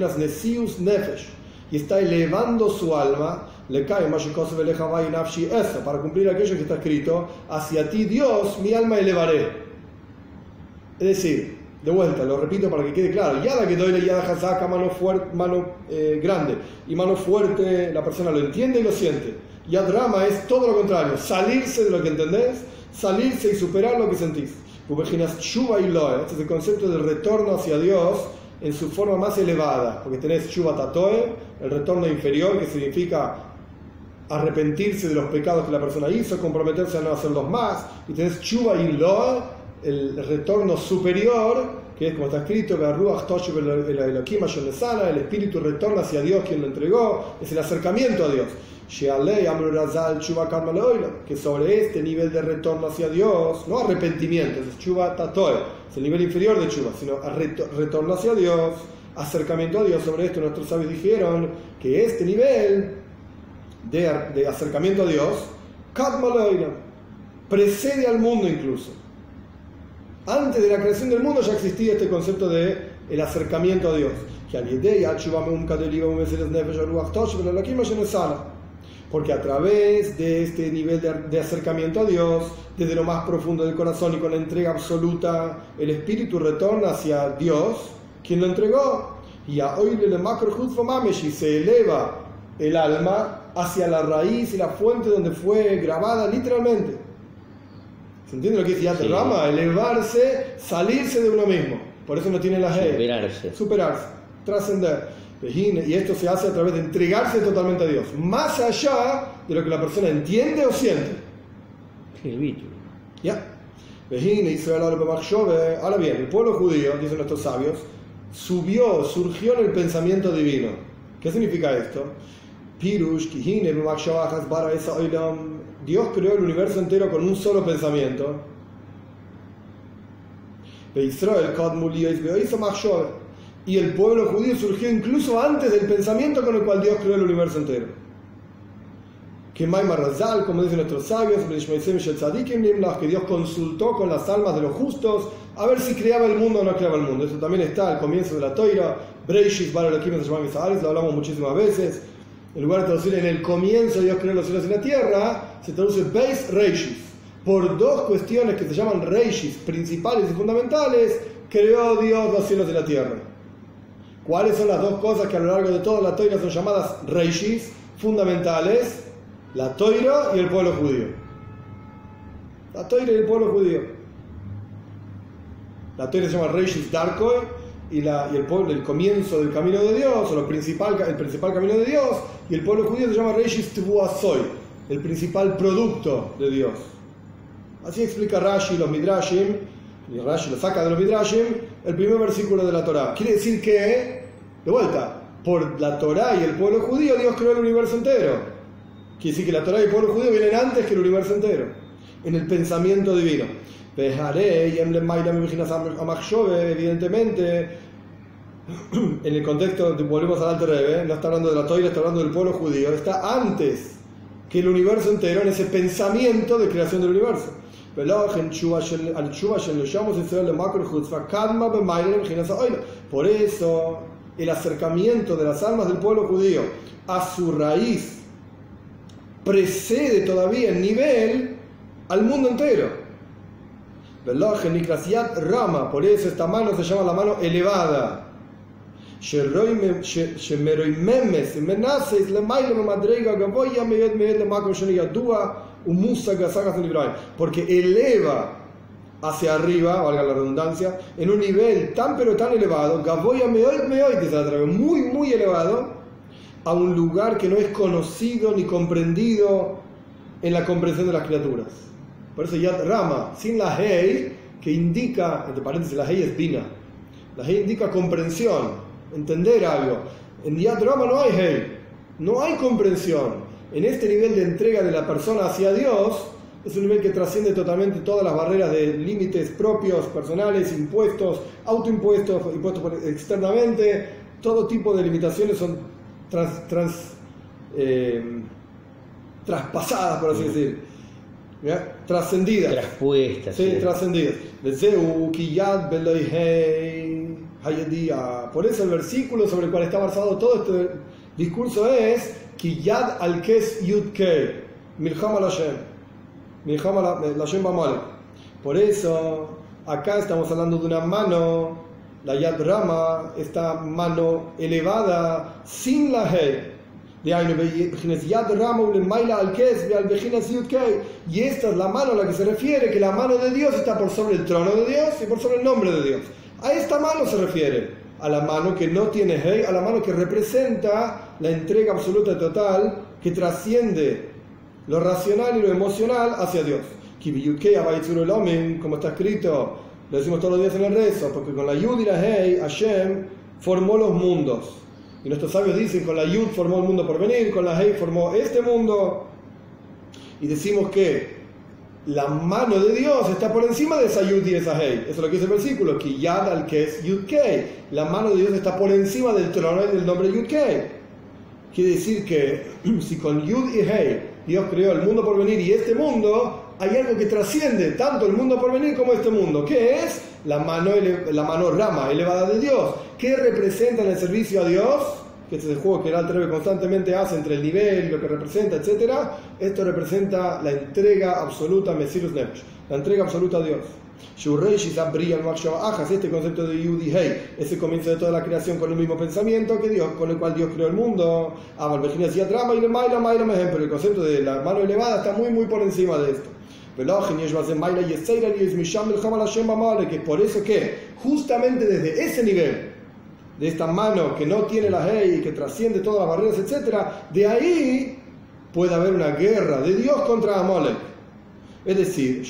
y está elevando su alma, le cae para cumplir aquello que está escrito, hacia ti Dios mi alma elevaré. Es decir, de vuelta, lo repito para que quede claro, yada que doy, yada hazaka, mano, fuerte, mano eh, grande y mano fuerte, la persona lo entiende y lo siente. Yad rama es todo lo contrario, salirse de lo que entendés, salirse y superar lo que sentís. Este es el concepto del retorno hacia Dios en su forma más elevada, porque tenés Shuva Tatoe, el retorno inferior, que significa arrepentirse de los pecados que la persona hizo, comprometerse a no hacerlos más, y tenés Shuva Iloa, el retorno superior, que es como está escrito, el espíritu retorna hacia Dios quien lo entregó, es el acercamiento a Dios. Que sobre este nivel de retorno hacia Dios, no arrepentimiento, es Shuva Tatoe, es el nivel inferior de Shuva, sino retorno hacia Dios, acercamiento a Dios. Sobre esto nuestros sabios dijeron que este nivel de, de acercamiento a Dios precede al mundo incluso. Antes de la creación del mundo ya existía este concepto de el acercamiento a Dios. Porque a través de este nivel de, de acercamiento a Dios, desde lo más profundo del corazón y con la entrega absoluta, el espíritu retorna hacia Dios, quien lo entregó, y a oírle macro y se eleva el alma hacia la raíz y la fuente donde fue grabada literalmente. ¿Se entiende lo que es Yad Rama? Elevarse, salirse de uno mismo. Por eso no tiene la G. Superarse. Superarse, trascender. Y esto se hace a través de entregarse totalmente a Dios, más allá de lo que la persona entiende o siente. ¿Ya? Ahora bien, el pueblo judío, dicen nuestros sabios, subió, surgió en el pensamiento divino. ¿Qué significa esto? Dios creó el universo entero con un solo pensamiento. Y el pueblo judío surgió incluso antes del pensamiento con el cual Dios creó el universo entero. Que Maimar como dicen nuestros sabios, que Dios consultó con las almas de los justos a ver si creaba el mundo o no creaba el mundo. Eso también está al comienzo de la Toira. Breishis Bar Elohim lo hablamos muchísimas veces. En lugar de traducir en el comienzo Dios creó los cielos y la tierra, se traduce Beis Reishis. por dos cuestiones que se llaman reishis, principales y fundamentales, creó Dios los cielos y la tierra. ¿Cuáles son las dos cosas que a lo largo de toda la Toira son llamadas reishis, fundamentales? La Toira y el pueblo judío. La Toira y el pueblo judío. La Toira se llama reishis darkoi y, la, y el pueblo, el comienzo del camino de Dios, o lo principal, el principal camino de Dios, y el pueblo judío se llama reishis tvuasoi, el principal producto de Dios. Así explica Rashi los Midrashim, y Rashi lo saca de los Midrashim, el primer versículo de la Torá. Quiere decir que, de vuelta, por la Torá y el pueblo judío, Dios creó el universo entero. Quiere decir que la Torá y el pueblo judío vienen antes que el universo entero, en el pensamiento divino. Evidentemente, en el contexto, volvemos al Alter Rebbe, no está hablando de la Torá, está hablando del pueblo judío, está antes que el universo entero en ese pensamiento de creación del universo. Por eso el acercamiento de las almas del pueblo judío a su raíz precede todavía en nivel al mundo entero. Rama, por eso esta mano se llama la mano elevada. Porque eleva hacia arriba, valga la redundancia, en un nivel tan pero tan elevado, muy muy elevado, a un lugar que no es conocido ni comprendido en la comprensión de las criaturas. Por eso Yad Rama, sin la Hei, que indica, entre paréntesis, la Hei es Bina, la Hei indica comprensión, entender algo. En Yad Rama no hay Hei, no hay comprensión. En este nivel de entrega de la persona hacia Dios, es un nivel que trasciende totalmente todas las barreras de límites propios, personales, impuestos, autoimpuestos, impuestos externamente. Todo tipo de limitaciones son trans, trans, eh, traspasadas, por así decir. ¿Ya? Trascendidas. Traspuestas. Sí, sí. Trascendidas. Por eso el versículo sobre el cual está basado todo este discurso es Kiyad al Kes Yud Kei Milcham al Hashem Milcham al Hashem Bamalek. Por eso acá estamos hablando de una mano, la Yad Rama, esta mano elevada sin la Hei. Y esta es la mano a la que se refiere, que la mano de Dios está por sobre el trono de Dios y por sobre el nombre de Dios. A esta mano se refiere, a la mano que no tiene Hei, a la mano que representa la entrega absoluta y total, que trasciende lo racional y lo emocional hacia Dios. Como está escrito, lo decimos todos los días en el rezo, porque con la Yud y la Hei, Hashem formó los mundos. Y nuestros sabios dicen, con la Yud formó el mundo por venir, con la Hei formó este mundo. Y decimos que la mano de Dios está por encima de esa Yud y esa Hei. Eso es lo que dice el versículo, que Yad al Kes Yud Kei. La mano de Dios está por encima del trono y del nombre Yud Kei. Quiere decir que si con Yud y Hei Dios creó el mundo por venir y este mundo, hay algo que trasciende tanto el mundo por venir como este mundo. ¿Qué es? La mano, la mano Rama, elevada de Dios. ¿Qué representa en el servicio a Dios? Que este es el juego que el Alter Rebbe constantemente hace entre el nivel, lo que representa, etcétera. Esto representa la entrega absoluta, Mesirus Nefesh, la entrega absoluta a Dios. Este concepto de Yud y Hei es el comienzo de toda la creación con el mismo pensamiento que Dios, con el cual Dios creó el mundo. Pero el concepto de la mano elevada está muy muy por encima de esto. Que es por eso que justamente desde ese nivel, de esta mano que no tiene la Hei, que trasciende todas las barreras, etcétera, de ahí puede haber una guerra de Dios contra Amalek. Es decir,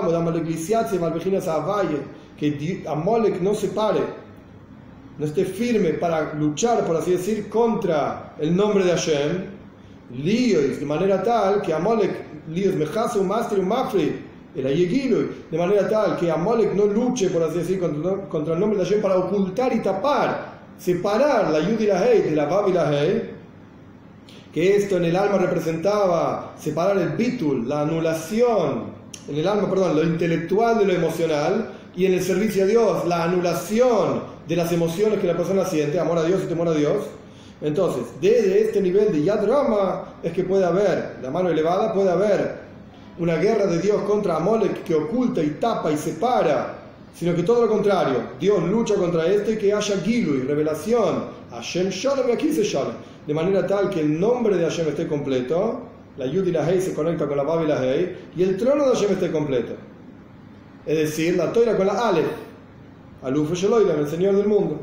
que Amalek no se pare, no esté firme para luchar, por así decir, contra el nombre de Hashem, líos, de manera tal que Amalek, líos mejase un máster un mafri, de manera tal que Amalek no luche, por así decir, contra, contra el nombre de Hashem para ocultar y tapar, separar la Yud y la Hei de la Vav y la Hei, que esto en el alma representaba separar el bitul, la anulación, en el alma, perdón, lo intelectual de lo emocional, y en el servicio a Dios, la anulación de las emociones que la persona siente, amor a Dios y temor a Dios. Entonces, desde este nivel de Yad Rama es que puede haber, la mano elevada, puede haber una guerra de Dios contra Amalek que oculta y tapa y separa, sino que todo lo contrario, Dios lucha contra esto y que haya Gilu y revelación, Hashem Shalom y aquí se Shalom, de manera tal que el nombre de Hashem esté completo, la Yud y la Hei se conecta con la Vav y la Hei, y el trono de Hashem esté completo. Es decir, la Toira con la Aleph, Aluf Sheloidem, el Señor del mundo.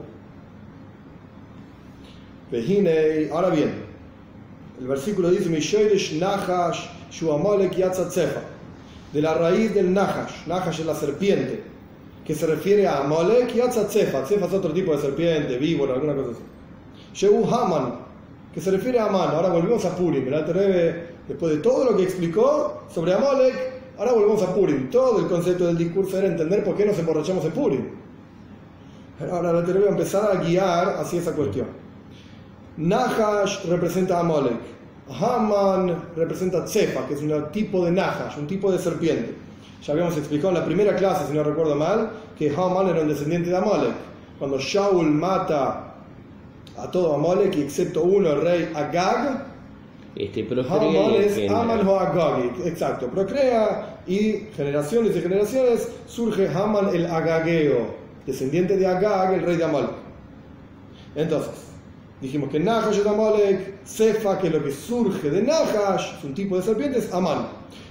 Ahora bien, el versículo dice: Mishoiresh Nahash Shu Amalek Yatzat Tzefa, de la raíz del Nahash, Nahash es la serpiente, que se refiere a Amalek Yatzat Tzefa. Tzefa es otro tipo de serpiente, víbora, alguna cosa así. Shehu Haman, que se refiere a Amán. Ahora volvemos a Purim. El Alter Rebbe, después de todo lo que explicó sobre Amalek, ahora volvemos a Purim. Todo el concepto del discurso era entender por qué nos emborrachamos en Purim. Ahora el Alter Rebbe va a empezar a guiar hacia esa cuestión. Nahash representa a Amalek. Haman representa Tzefa, que es un tipo de Nahash, un tipo de serpiente. Ya habíamos explicado en la primera clase, si no recuerdo mal, que Haman era un descendiente de Amalek. Cuando Shaul mata a todo Amalek, excepto uno, el rey Agag, este, Haman es Haman o Agag, exacto, procrea y generaciones y generaciones surge Haman el Agageo, descendiente de Agag, el rey de Amalek. Entonces, dijimos que Nahash es Amalek, Tzefa, que es lo que surge de Nahash, es un tipo de serpiente, es Aman.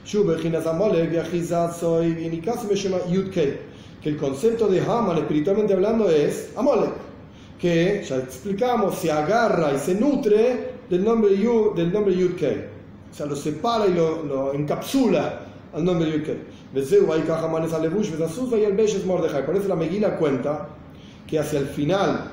Que el concepto de Haman, espiritualmente hablando, es Amalek, que ya explicamos, se agarra y se nutre del nombre Yud, del nombre Yud-Kei. O sea, lo separa y lo, lo encapsula al nombre Yud-Kei. Por eso la Megila cuenta que hacia el final,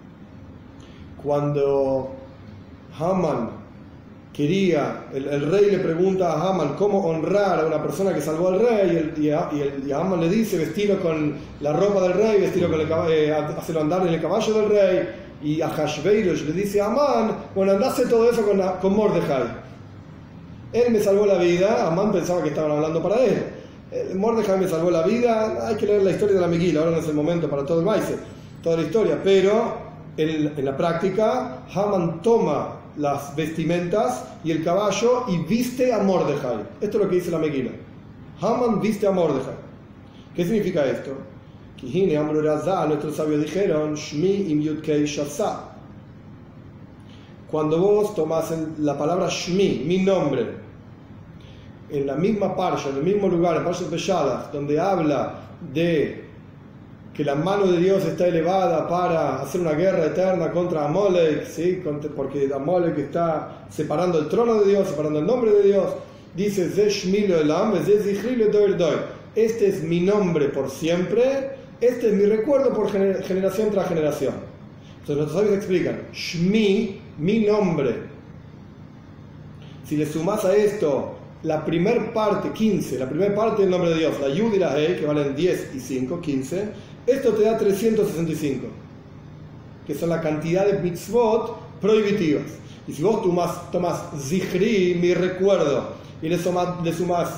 cuando Haman quería, el, el rey le pregunta a Haman cómo honrar a una persona que salvó al rey, y, el, y, a, y, el, y a Haman le dice vestirlo con la ropa del rey, vestirlo con el caballo, eh, hacerlo andar en el caballo del rey, y a Hashveirosh le dice a Haman, bueno, andase todo eso con, con Mordejai. Él me salvó la vida. Haman pensaba que estaban hablando para él. Mordejai me salvó la vida. Hay que leer la historia de la Megila, ahora no es el momento para todo el maíz, toda la historia, pero en, en la práctica Haman toma las vestimentas y el caballo y viste a Mordejai. Esto es lo que dice la Megila. Haman viste a Mordejai. ¿Qué significa esto? Kihine Amru Razá, nuestros sabios dijeron, Shmi im Yudkei Shasa. Cuando vos tomás la palabra Shmi, mi nombre, en la misma parsha, en el mismo lugar, en Parshat Beshalach, donde habla de que la mano de Dios está elevada para hacer una guerra eterna contra Amalek, ¿sí? Porque Amalek está separando el trono de Dios, separando el nombre de Dios. Dice, este es mi nombre por siempre, este es mi recuerdo por generación tras generación. Entonces nuestros sabios explican, Shmi, mi nombre. Si le sumás a esto la primer parte, quince, la primera parte del nombre de Dios, la Yud y la Hei, que valen diez y cinco, quince, esto te da trescientos sesenta y cinco, que son la cantidad de mitzvot prohibitivas. Y si vos tomás, tomás Zichri, mi recuerdo, y le, sumás, le sumás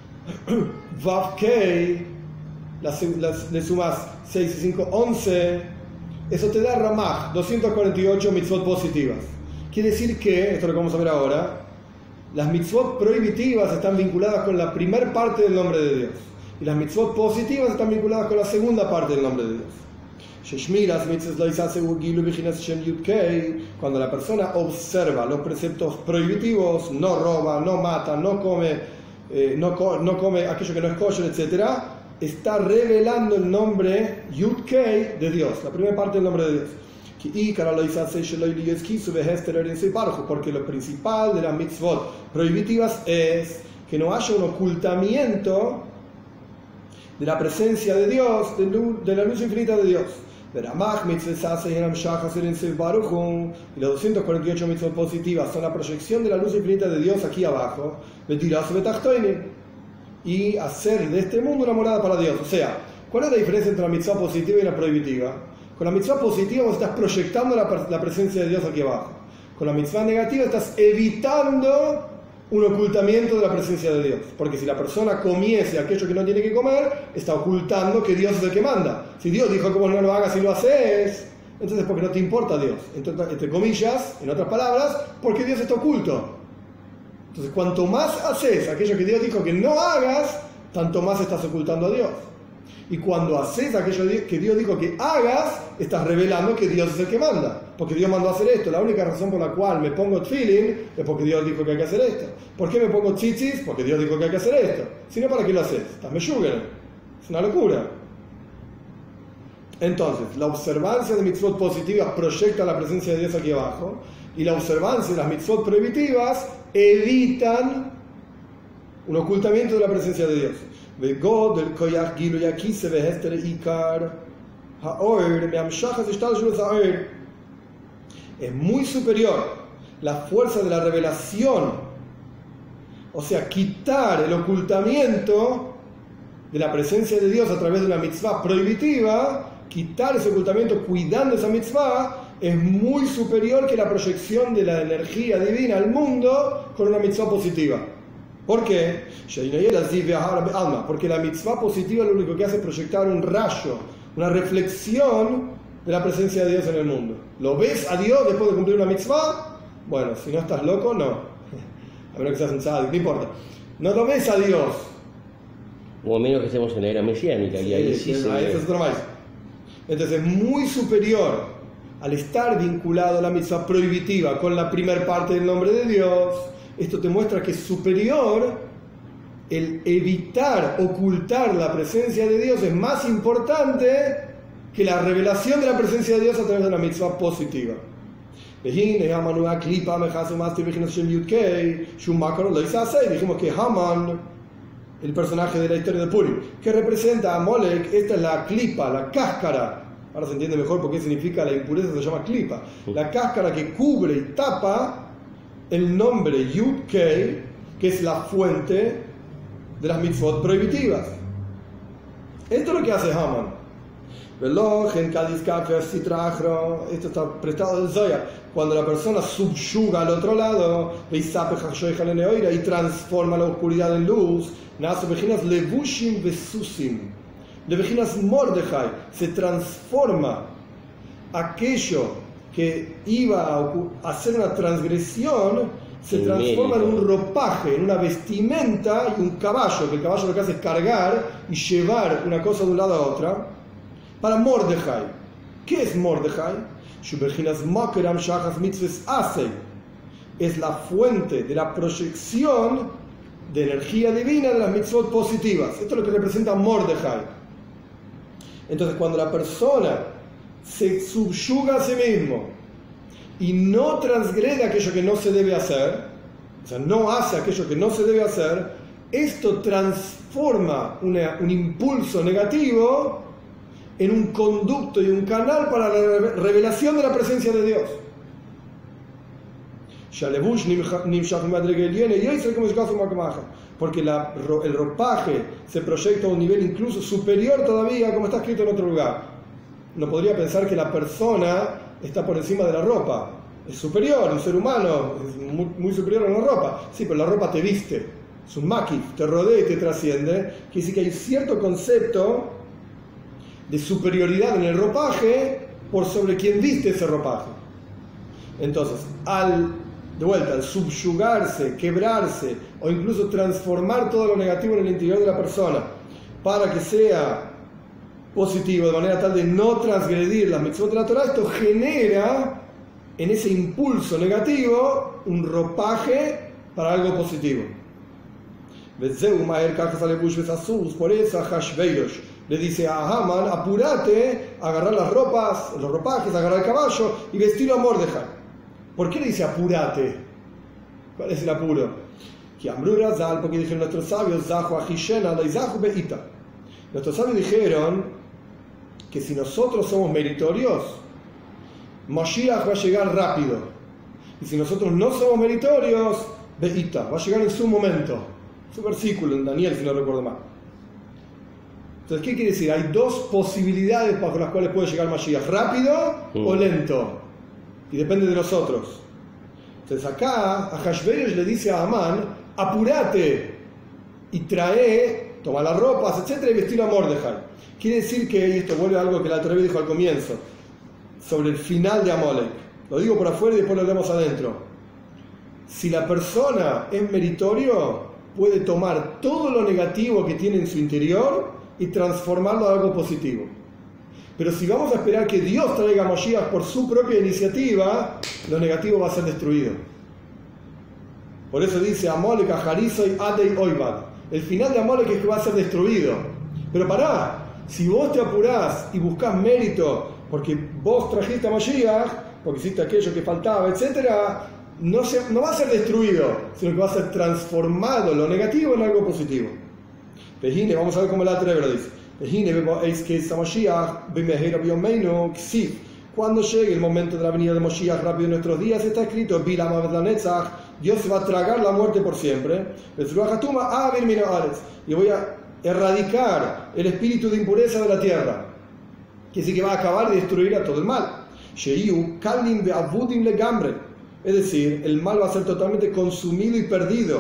Vav-Kei, le sumás seis y cinco, once, eso te da Ramach, doscientas cuarenta y ocho mitzvot positivas. Quiere decir que, esto es lo que vamos a ver ahora, las mitzvot prohibitivas están vinculadas con la primera parte del nombre de Dios. Y las mitzvot positivas están vinculadas con la segunda parte del nombre de Dios. Cuando la persona observa los preceptos prohibitivos, no roba, no mata, no come, eh, no, no come aquello que no es kosher, etcétera, está revelando el nombre Yud-Kei de Dios, la primera parte del nombre de Dios. Porque lo principal de las mitzvot prohibitivas es que no haya un ocultamiento de la presencia de Dios, de la luz infinita de Dios. Y las doscientas cuarenta y ocho mitzvot positivas son la proyección de la luz infinita de Dios aquí abajo, y hacer de este mundo una morada para Dios. O sea, ¿cuál es la diferencia entre la mitzvah positiva y la prohibitiva? Con la mitzvah positiva vos estás proyectando la, la presencia de Dios aquí abajo. Con la mitzvah negativa estás evitando un ocultamiento de la presencia de Dios. Porque si la persona comiese aquello que no tiene que comer, está ocultando que Dios es el que manda. Si Dios dijo que vos no lo hagas y lo haces, entonces porque no te importa Dios. Entonces, entre comillas, en otras palabras, porque Dios está oculto. Entonces, cuanto más haces aquello que Dios dijo que no hagas, tanto más estás ocultando a Dios. Y cuando haces aquello que Dios dijo que hagas, estás revelando que Dios es el que manda. Porque Dios mandó a hacer esto. La única razón por la cual me pongo tefilín es porque Dios dijo que hay que hacer esto. ¿Por qué me pongo tzitzis? Porque Dios dijo que hay que hacer esto. Si no, ¿para qué lo haces? Estás meyuguen. Es una locura. Entonces, la observancia de mitzvot positivas proyecta la presencia de Dios aquí abajo. Y la observancia de las mitzvot prohibitivas evitan un ocultamiento de la presencia de Dios. Es muy superior la fuerza de la revelación, o sea, quitar el ocultamiento de la presencia de Dios a través de una mitzvah prohibitiva, quitar ese ocultamiento cuidando esa mitzvah, es muy superior que la proyección de la energía divina al mundo con una mitzvah positiva. ¿Por qué? Porque la mitzvah positiva lo único que hace es proyectar un rayo, una reflexión de la presencia de Dios en el mundo. ¿Lo ves a Dios después de cumplir una mitzvah? Bueno, si no estás loco, no. A menos que seas un sádico, no importa. No lo ves a Dios. O a menos que estemos en la era mesiánica. Sí, y ahí sí se... es otro más. Entonces es muy superior al estar vinculado a la mitzvah prohibitiva con la primer parte del nombre de Dios. Esto te muestra que es superior el evitar, ocultar la presencia de Dios, es más importante que la revelación de la presencia de Dios a través de una mitzvah positiva. Dijimos que Haman, el personaje de la historia de Purim, que representa a Molech, esta es la clipa, la cáscara. Ahora se entiende mejor por qué significa la impureza, se llama clipa. La cáscara que cubre y tapa el nombre Yud-Kei, que es la fuente de las mitzvot prohibitivas. Esto es lo que hace Haman. Esto está prestado del Zohar. Cuando la persona subyuga al otro lado y transforma la oscuridad en luz, se transforma aquello que iba a hacer una transgresión, se transforma en un ropaje, en una vestimenta y un caballo, que el caballo lo que hace es cargar y llevar una cosa de un lado a otra, para Mordejai. ¿Qué es Mordejai? Es la fuente de la proyección de energía divina de las mitzvot positivas. Esto es lo que representa Mordejai. Entonces, cuando la persona se subyuga a sí mismo y no transgrede aquello que no se debe hacer, o sea, no hace aquello que no se debe hacer, esto transforma una, un impulso negativo en un conducto y un canal para la revelación de la presencia de Dios. Porque la, el ropaje se proyecta a un nivel incluso superior todavía, como está escrito en otro lugar. No podría pensar que la persona está por encima de la ropa. Es superior, un ser humano es muy, muy superior a la ropa. Sí, pero la ropa te viste, es un maquis, te rodea y te trasciende. Quiere decir que hay cierto concepto de superioridad en el ropaje por sobre quien viste ese ropaje. Entonces, al, de vuelta, al subyugarse, quebrarse o incluso transformar todo lo negativo en el interior de la persona para que sea positivo, de manera tal de no transgredir las mitzvot de la Torah, esto genera en ese impulso negativo un ropaje para algo positivo. Por eso Hashveirosh le dice a Haman: apúrate, agarrar las ropas, los ropajes, agarrar el caballo y vestirlo a Mordejai. ¿Por qué le dice apúrate? ¿Cuál es el apuro? Porque dijeron nuestros sabios, nuestros sabios dijeron que si nosotros somos meritorios, Mashiach va a llegar rápido. Y si nosotros no somos meritorios, Beita, va a llegar en su momento. Es un versículo en Daniel, si no recuerdo mal. Entonces, ¿qué quiere decir? Hay dos posibilidades bajo las cuales puede llegar Mashiach: rápido mm. o lento. Y depende de nosotros. Entonces acá a Hashverosh le dice a Amán: apúrate y trae, toma las ropas, etcétera, y vestir a Mordejai. Quiere decir que, y esto vuelve a algo que la Torá dijo al comienzo, sobre el final de Amalek. Lo digo por afuera y después lo leemos adentro. si la persona es meritorio, puede tomar todo lo negativo que tiene en su interior y transformarlo en algo positivo. Pero si vamos a esperar que Dios traiga Moshiach por su propia iniciativa, lo negativo va a ser destruido. Por eso dice Amolek Ajarisoy Adei Oibad. El final de Amolek es que va a ser destruido. Pero pará, si vos te apurás y buscás mérito porque vos trajiste a Moshiach, porque hiciste aquello que faltaba, etcétera, no, se, no va a ser destruido, sino que va a ser transformado lo negativo en algo positivo. Pejine, vamos a ver cómo la Trevera dice. Cuando llegue el momento de la venida de Moshiach rápido en nuestros días, está escrito: Dios va a tragar la muerte por siempre. Y voy a erradicar el espíritu de impureza de la tierra, que sí que va a acabar de destruir a todo el mal. Es decir, el mal va a ser totalmente consumido y perdido.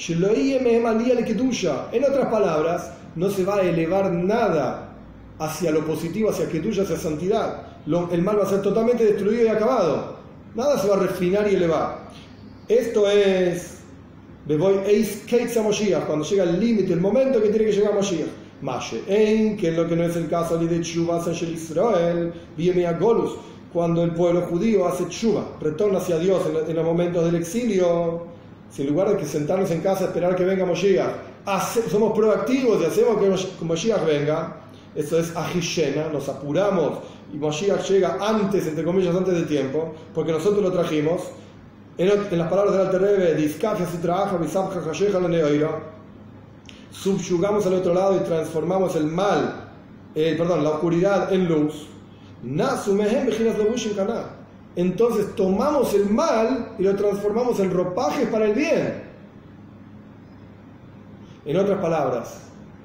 En otras palabras, no se va a elevar nada hacia lo positivo, hacia Kedusha, hacia santidad. Lo, el mal va a ser totalmente destruido y acabado. Nada se va a refinar y elevar. Esto es cuando llega el límite, el momento que tiene que llegar Moshiach. Mashe, que es lo que no es el caso de Tshuva Shel Israel, Golus, cuando el pueblo judío hace Tshuva, retorna hacia Dios en, en los momentos del exilio. Si en lugar de que sentarnos en casa a esperar que venga Moshiach, hace, somos proactivos y hacemos que Moshiach venga, eso es Ajishena, nos apuramos y Moshiach llega antes, entre comillas, antes de tiempo, porque nosotros lo trajimos. En, en las palabras del Alter Rebbe, Diskafia si trabaja, Bisabja Hasheja la Neoira, subyugamos al otro lado y transformamos el mal, eh, perdón, la oscuridad en luz. Nasumehem Bejinas Levushim Kana. Entonces tomamos el mal y lo transformamos en ropajes para el bien. En otras palabras,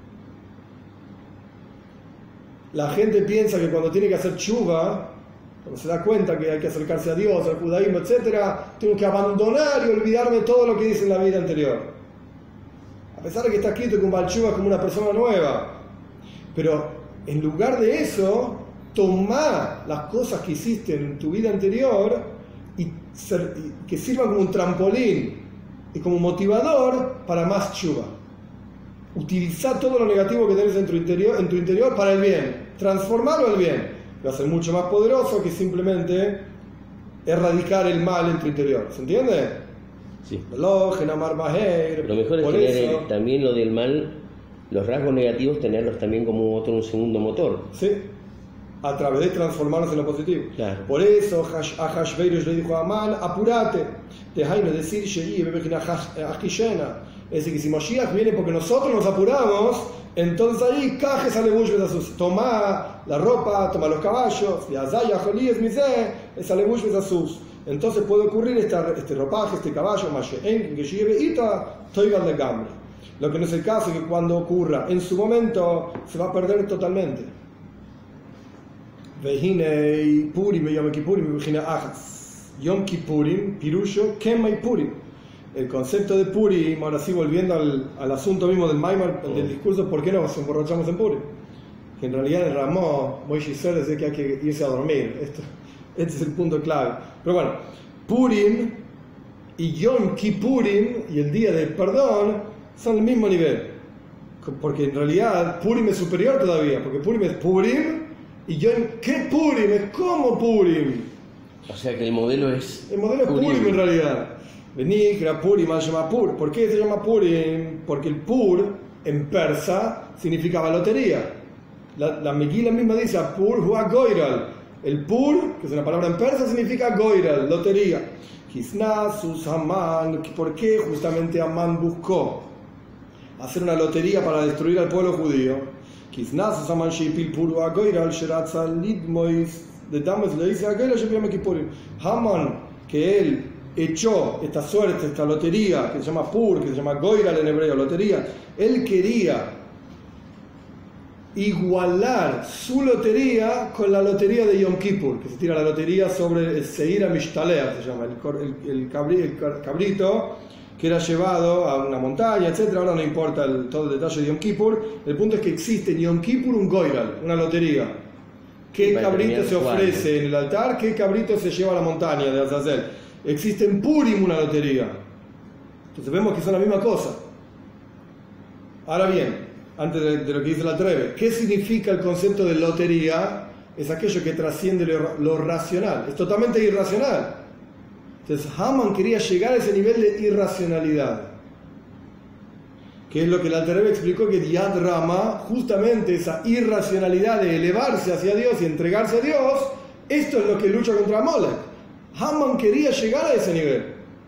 la gente piensa que cuando tiene que hacer tshuva, cuando se da cuenta que hay que acercarse a Dios, al judaísmo, etcétera, tengo que abandonar y olvidarme todo lo que dice en la vida anterior. A pesar de que está escrito que un Baal Tshuva es como una persona nueva. Pero en lugar de eso, tomá las cosas que hiciste en tu vida anterior y, ser, y que sirvan como un trampolín y como motivador para más tshuva. Utilizá todo lo negativo que tenés en tu interior, en tu interior para el bien. Transformarlo al bien. Va a ser mucho más poderoso que simplemente erradicar el mal en tu interior. ¿Se entiende? Sí. Lo mejor es tener eso, también lo del mal, los rasgos negativos, tenerlos también como otro, un segundo motor. Sí. A través de transformarnos en lo positivo. Claro. Por eso a Hashverosh le dijo a Amán: apurate, dejaino decir Shei bebekina Ajishena. Es decir, que si Moshiach viene porque nosotros nos apuramos, entonces ahí cajes a levush besasus. Toma la ropa, toma los caballos, y azaya jolíes mise, es a levush besasus. Entonces puede ocurrir esta, este ropaje, este caballo, mashen, que lleve ita, toigal de gambre. Lo que no es el caso es que cuando ocurra en su momento se va a perder totalmente. Vehinei Purim y Yom Kippurim Vejina Achas. Yom Kippurim, Pirusho, Kemai Purim. El concepto de Purim, ahora sí volviendo al, al asunto mismo del Maimar, del discurso, ¿por qué nos emborrachamos en Purim? Que en realidad en Ramón, Moishe Ser dice que hay que irse a dormir. Esto, este es el punto clave. Pero bueno, Purim y Yom Kippurim y el día del perdón son el mismo nivel. Porque en realidad Purim es superior todavía, porque Purim es Purim. Y yo, ¿qué Purim? Es como Purim. O sea que el modelo es... El modelo es Purim, Purim en realidad. Venigra, Purim, se llama Pur. ¿Por qué se llama Purim? Porque el Pur, en persa, significaba lotería. La, la Megila misma dice, Pur hua goiral. El Pur, que es una palabra en persa, significa goiral, lotería. Kisnasus Amán. ¿Por qué justamente Amán buscó hacer una lotería para destruir al pueblo judío? Haman, que él echó esta suerte, esta lotería que se llama Pur, que se llama Goiral en hebreo, lotería, él quería igualar su lotería con la lotería de Yom Kippur, que se tira la lotería sobre el Seir HaMishtaleh, se llama, el, el, el, cabri, el cabrito que era llevado a una montaña, etcétera. Ahora no importa el, todo el detalle de Yom Kippur. El punto es que existe en Yom Kippur un goiral, una lotería. ¿Qué cabrito se ofrece en el altar? ¿Qué cabrito se lleva a la montaña de Azazel? Existe en Purim una lotería. Entonces vemos que son la misma cosa. Ahora bien, antes de, de lo que dice la Treve, ¿qué significa el concepto de lotería? Es aquello que trasciende lo, lo racional, es totalmente irracional. Entonces Haman quería llegar a ese nivel de irracionalidad, que es lo que la Treve explicó, que Yad Rama, justamente esa irracionalidad de elevarse hacia Dios y entregarse a Dios, esto es lo que lucha contra Amalek. Haman quería llegar a ese nivel.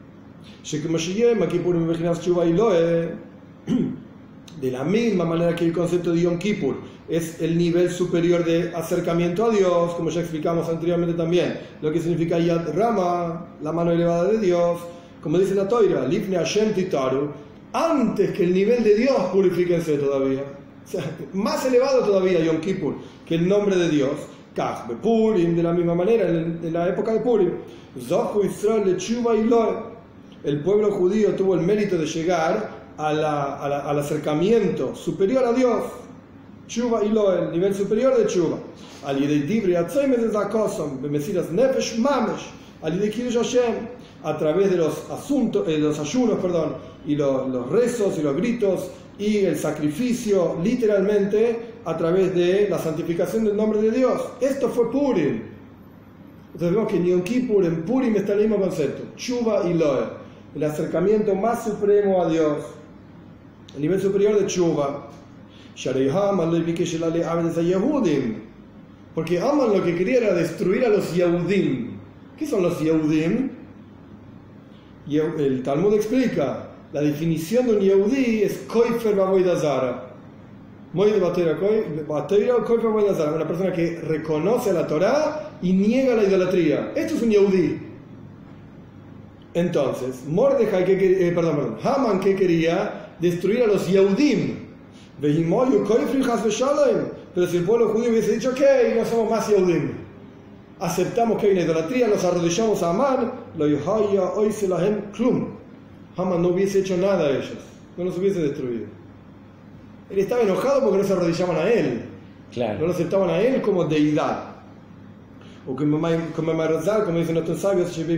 De la misma manera que el concepto de Yom Kippur es el nivel superior de acercamiento a Dios, como ya explicamos anteriormente también, lo que significa Yad Rama, la mano elevada de Dios, como dice la Toira, Lifne Hashem Titaru, antes que el nivel de Dios purifíquense todavía. O sea, más elevado todavía Yom Kippur que el nombre de Dios. Kach Purim, de la misma manera, en la época de Purim. Zohu Israel Lechuva Iloe. El pueblo judío tuvo el mérito de llegar a la, a la, al acercamiento superior a Dios. Chuva Iloe, el nivel superior de Chuva. Al Yedei Dibri Atzoim Ezezakosom, Bemesiras Nefesh Mamesh, al Yedei Kiddush Hashem, a través de los, asuntos, eh, los ayunos, perdón, y los, los rezos y los gritos y el sacrificio, literalmente, a través de la santificación del nombre de Dios. Esto fue Purim. Entonces vemos que en Yom Kippur, en Purim está el mismo concepto, Chuva y Loe, el acercamiento más supremo a Dios, el nivel superior de Chuva. Porque Aman lo que quería era destruir a los Yehudim. ¿Qué son los Yehudim? Y el Talmud explica, la definición de un Yehudí es Koifer Bavoida Zara. Una persona que reconoce la Torá y niega la idolatría. Esto es un Yehudí. Entonces, Mordejai, que, eh, perdón, perdón, Haman, que quería destruir a los Yehudim. Pero si el pueblo judío hubiese dicho, ok, no somos más Yehudim, aceptamos que hay una idolatría, nos arrodillamos a Amán, Haman no hubiese hecho nada a ellos, no los hubiese destruido. Él estaba enojado porque no se arrodillaban a él, claro. No lo aceptaban a él como deidad. O como dicen nuestros sabios, que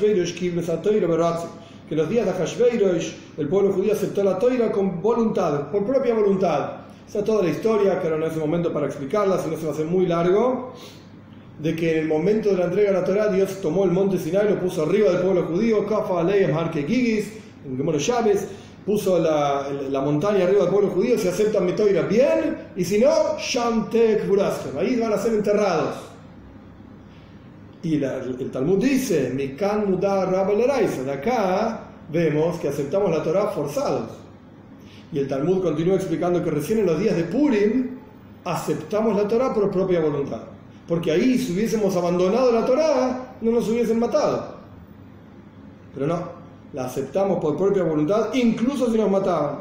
en los días de Hashveirosh el pueblo judío aceptó la Toira con voluntad, por propia voluntad. Esa es toda la historia, que ahora no es el momento para explicarla, sino se va a hacer muy largo, de que en el momento de la entrega de la Torá, Dios tomó el monte Sinai, lo puso arriba del pueblo judío, Kafa Aleim Harke Gigis, en Gemara Llaves, puso la, la montaña arriba del pueblo judío, si aceptan mi Toira, bien, y si no, Shantek Buraskem, ahí van a ser enterrados. Y la, el Talmud dice, Mikan Mudar Rabel Eraisa, de acá vemos que aceptamos la Torá forzados. Y el Talmud continúa explicando que recién en los días de Purim aceptamos la Torá por propia voluntad. Porque ahí, si hubiésemos abandonado la Torá, no nos hubiesen matado. Pero no, la aceptamos por propia voluntad, incluso si nos mataban.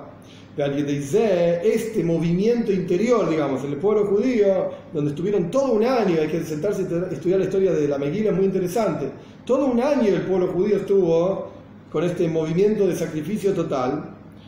Este movimiento interior, digamos, en el pueblo judío, donde estuvieron todo un año, hay que sentarse y estudiar la historia de la Megila, es muy interesante. Todo un año el pueblo judío estuvo con este movimiento de sacrificio total.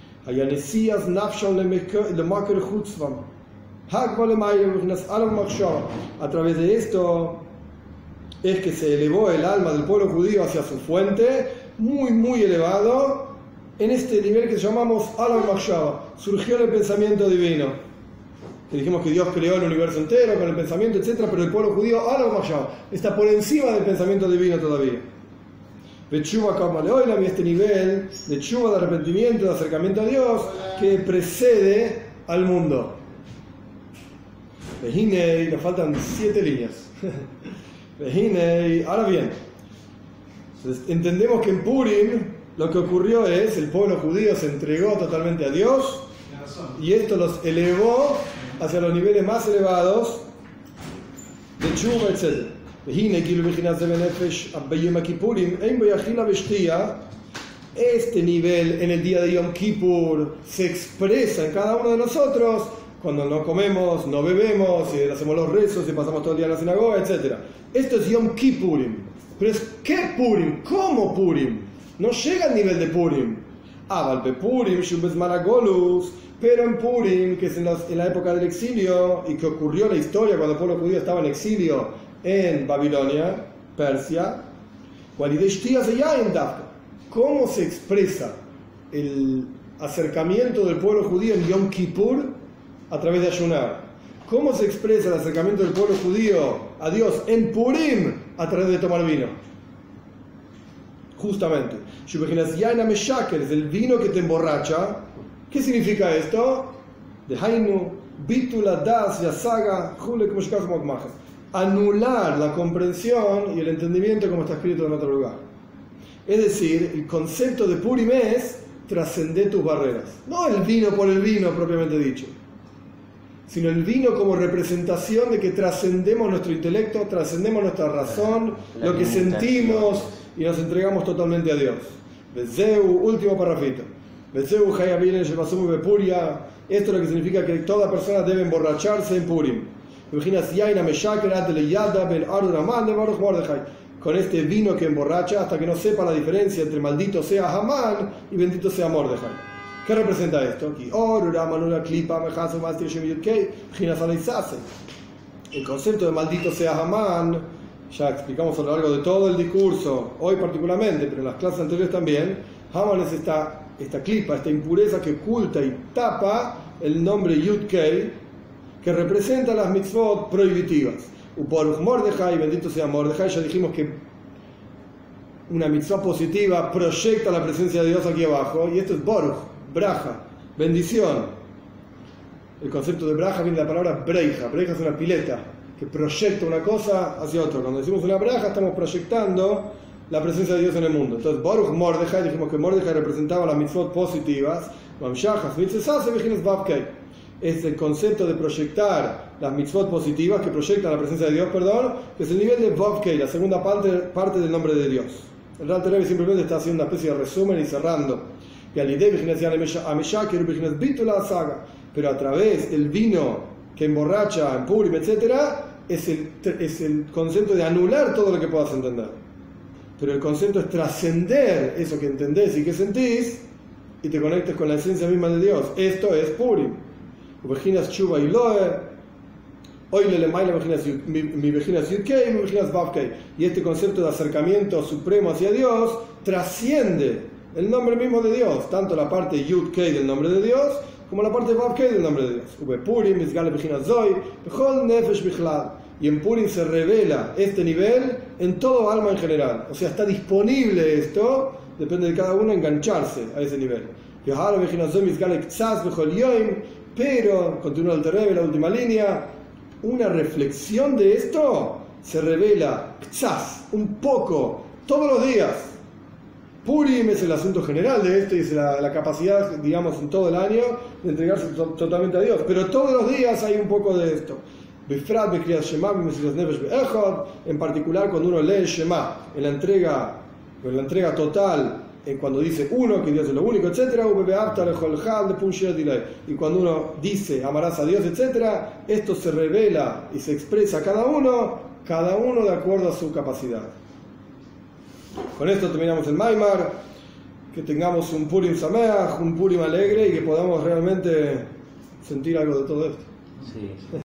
A través de esto es que se elevó el alma del pueblo judío hacia su fuente, muy, muy elevado, en este nivel que llamamos Alam Machshava. Surgió el pensamiento divino. Que dijimos que Dios creó el universo entero con el pensamiento, etcétera, pero el pueblo judío, Alam Machshava, está por encima del pensamiento divino todavía. Bechuva Kamaleoilam, y este nivel de chuva, de arrepentimiento, de acercamiento a Dios, que precede al mundo. Vejinei, nos faltan siete líneas. Vejinei, ahora bien, entonces, entendemos que en Purim lo que ocurrió es, el pueblo judío se entregó totalmente a Dios y esto los elevó hacia los niveles más elevados de Tshuva, etcétera. Este nivel en el día de Yom Kippur se expresa en cada uno de nosotros cuando no comemos, no bebemos, y hacemos los rezos y pasamos todo el día en la sinagoga, etcétera. Esto es Yom Kippurim. Pero es ¿qué Purim? ¿Cómo Purim? No llega al nivel de Purim. Avalpe Purim, Shubes Maragolus, pero en Purim, que es en, los, en la época del exilio, y que ocurrió la historia cuando el pueblo judío estaba en exilio en Babilonia, Persia, ¿cómo se expresa el acercamiento del pueblo judío en Yom Kippur a través de ayunar. ¿Cómo se expresa el acercamiento del pueblo judío a Dios en Purim a través de tomar vino? Justamente, es el vino que te emborracha. ¿Qué significa esto? Dehainu, bitula das, yasaga, jule, como anular la comprensión y el entendimiento como está escrito en otro lugar. Es decir, el concepto de Purim es trascender tus barreras. No el vino por el vino propiamente dicho, sino el vino como representación de que trascendemos nuestro intelecto, trascendemos nuestra razón, la lo que sentimos y nos entregamos totalmente a Dios. Bezeu, último parrafito. Bezeu hayabin shebasum bepuria. Esto es lo que significa que toda persona debe emborracharse en Purim. Con este vino que emborracha hasta que no sepa la diferencia entre maldito sea Hamán y bendito sea Mordejai. ¿Qué representa esto? El concepto de maldito sea Hamán, ya explicamos a lo largo de todo el discurso, hoy particularmente, pero en las clases anteriores también. Hamán es esta, esta clipa, esta impureza que oculta y tapa el nombre Yud-Kei, que representa las mitzvot prohibitivas. Uporuch Mordejai, bendito sea Mordejai. Ya dijimos que una mitzvah positiva proyecta la presencia de Dios aquí abajo, y esto es Boruch, braja, bendición. El concepto de braja viene de la palabra breija. Breija es una pileta que proyecta una cosa hacia otra. Cuando decimos una braja, estamos proyectando la presencia de Dios en el mundo. Entonces, Boruch Mordejai, dijimos que Mordejai representaba las mitzvot positivas. Es el concepto de proyectar las mitzvot positivas que proyectan la presencia de Dios, perdón, que es el nivel de Vavkei, la segunda parte, parte del nombre de Dios. El Alter Rebbe simplemente está haciendo una especie de resumen y cerrando. Pero a través del vino que emborracha en Purim, etcétera, es el, es el concepto de anular todo lo que puedas entender. Pero el concepto es trascender eso que entendés y que sentís y te conectes con la esencia misma de Dios. Esto es Purim. Vejinas Chuba y Loe, Oile le Maila, mi Vejinas Yudkei, mi Vejinas Vavkei. Y este concepto de acercamiento supremo hacia Dios trasciende el nombre mismo de Dios, tanto la parte Yudkei del nombre de Dios como la parte Vavkei del nombre de Dios. Ube Purim, Mizgale Vejinas Zoi, Bechol Nefesh Bichlal. Y en Purim se revela este nivel en todo alma en general. O sea, está disponible esto, depende de cada uno engancharse a ese nivel. Pero, continúa el Terebe, la última línea, una reflexión de esto se revela quizás un poco todos los días. Purim es el asunto general de esto y es la, la capacidad, digamos, en todo el año de entregarse to- totalmente a Dios. Pero todos los días hay un poco de esto. En particular cuando uno lee el Shema en la entrega, en la entrega total, cuando dice uno, que Dios es lo único, etcétera, y cuando uno dice amarás a Dios, etcétera, esto se revela y se expresa a cada uno, cada uno de acuerdo a su capacidad. Con esto terminamos el Maimar, que tengamos un Purim Sameach, un Purim alegre y que podamos realmente sentir algo de todo esto. Sí.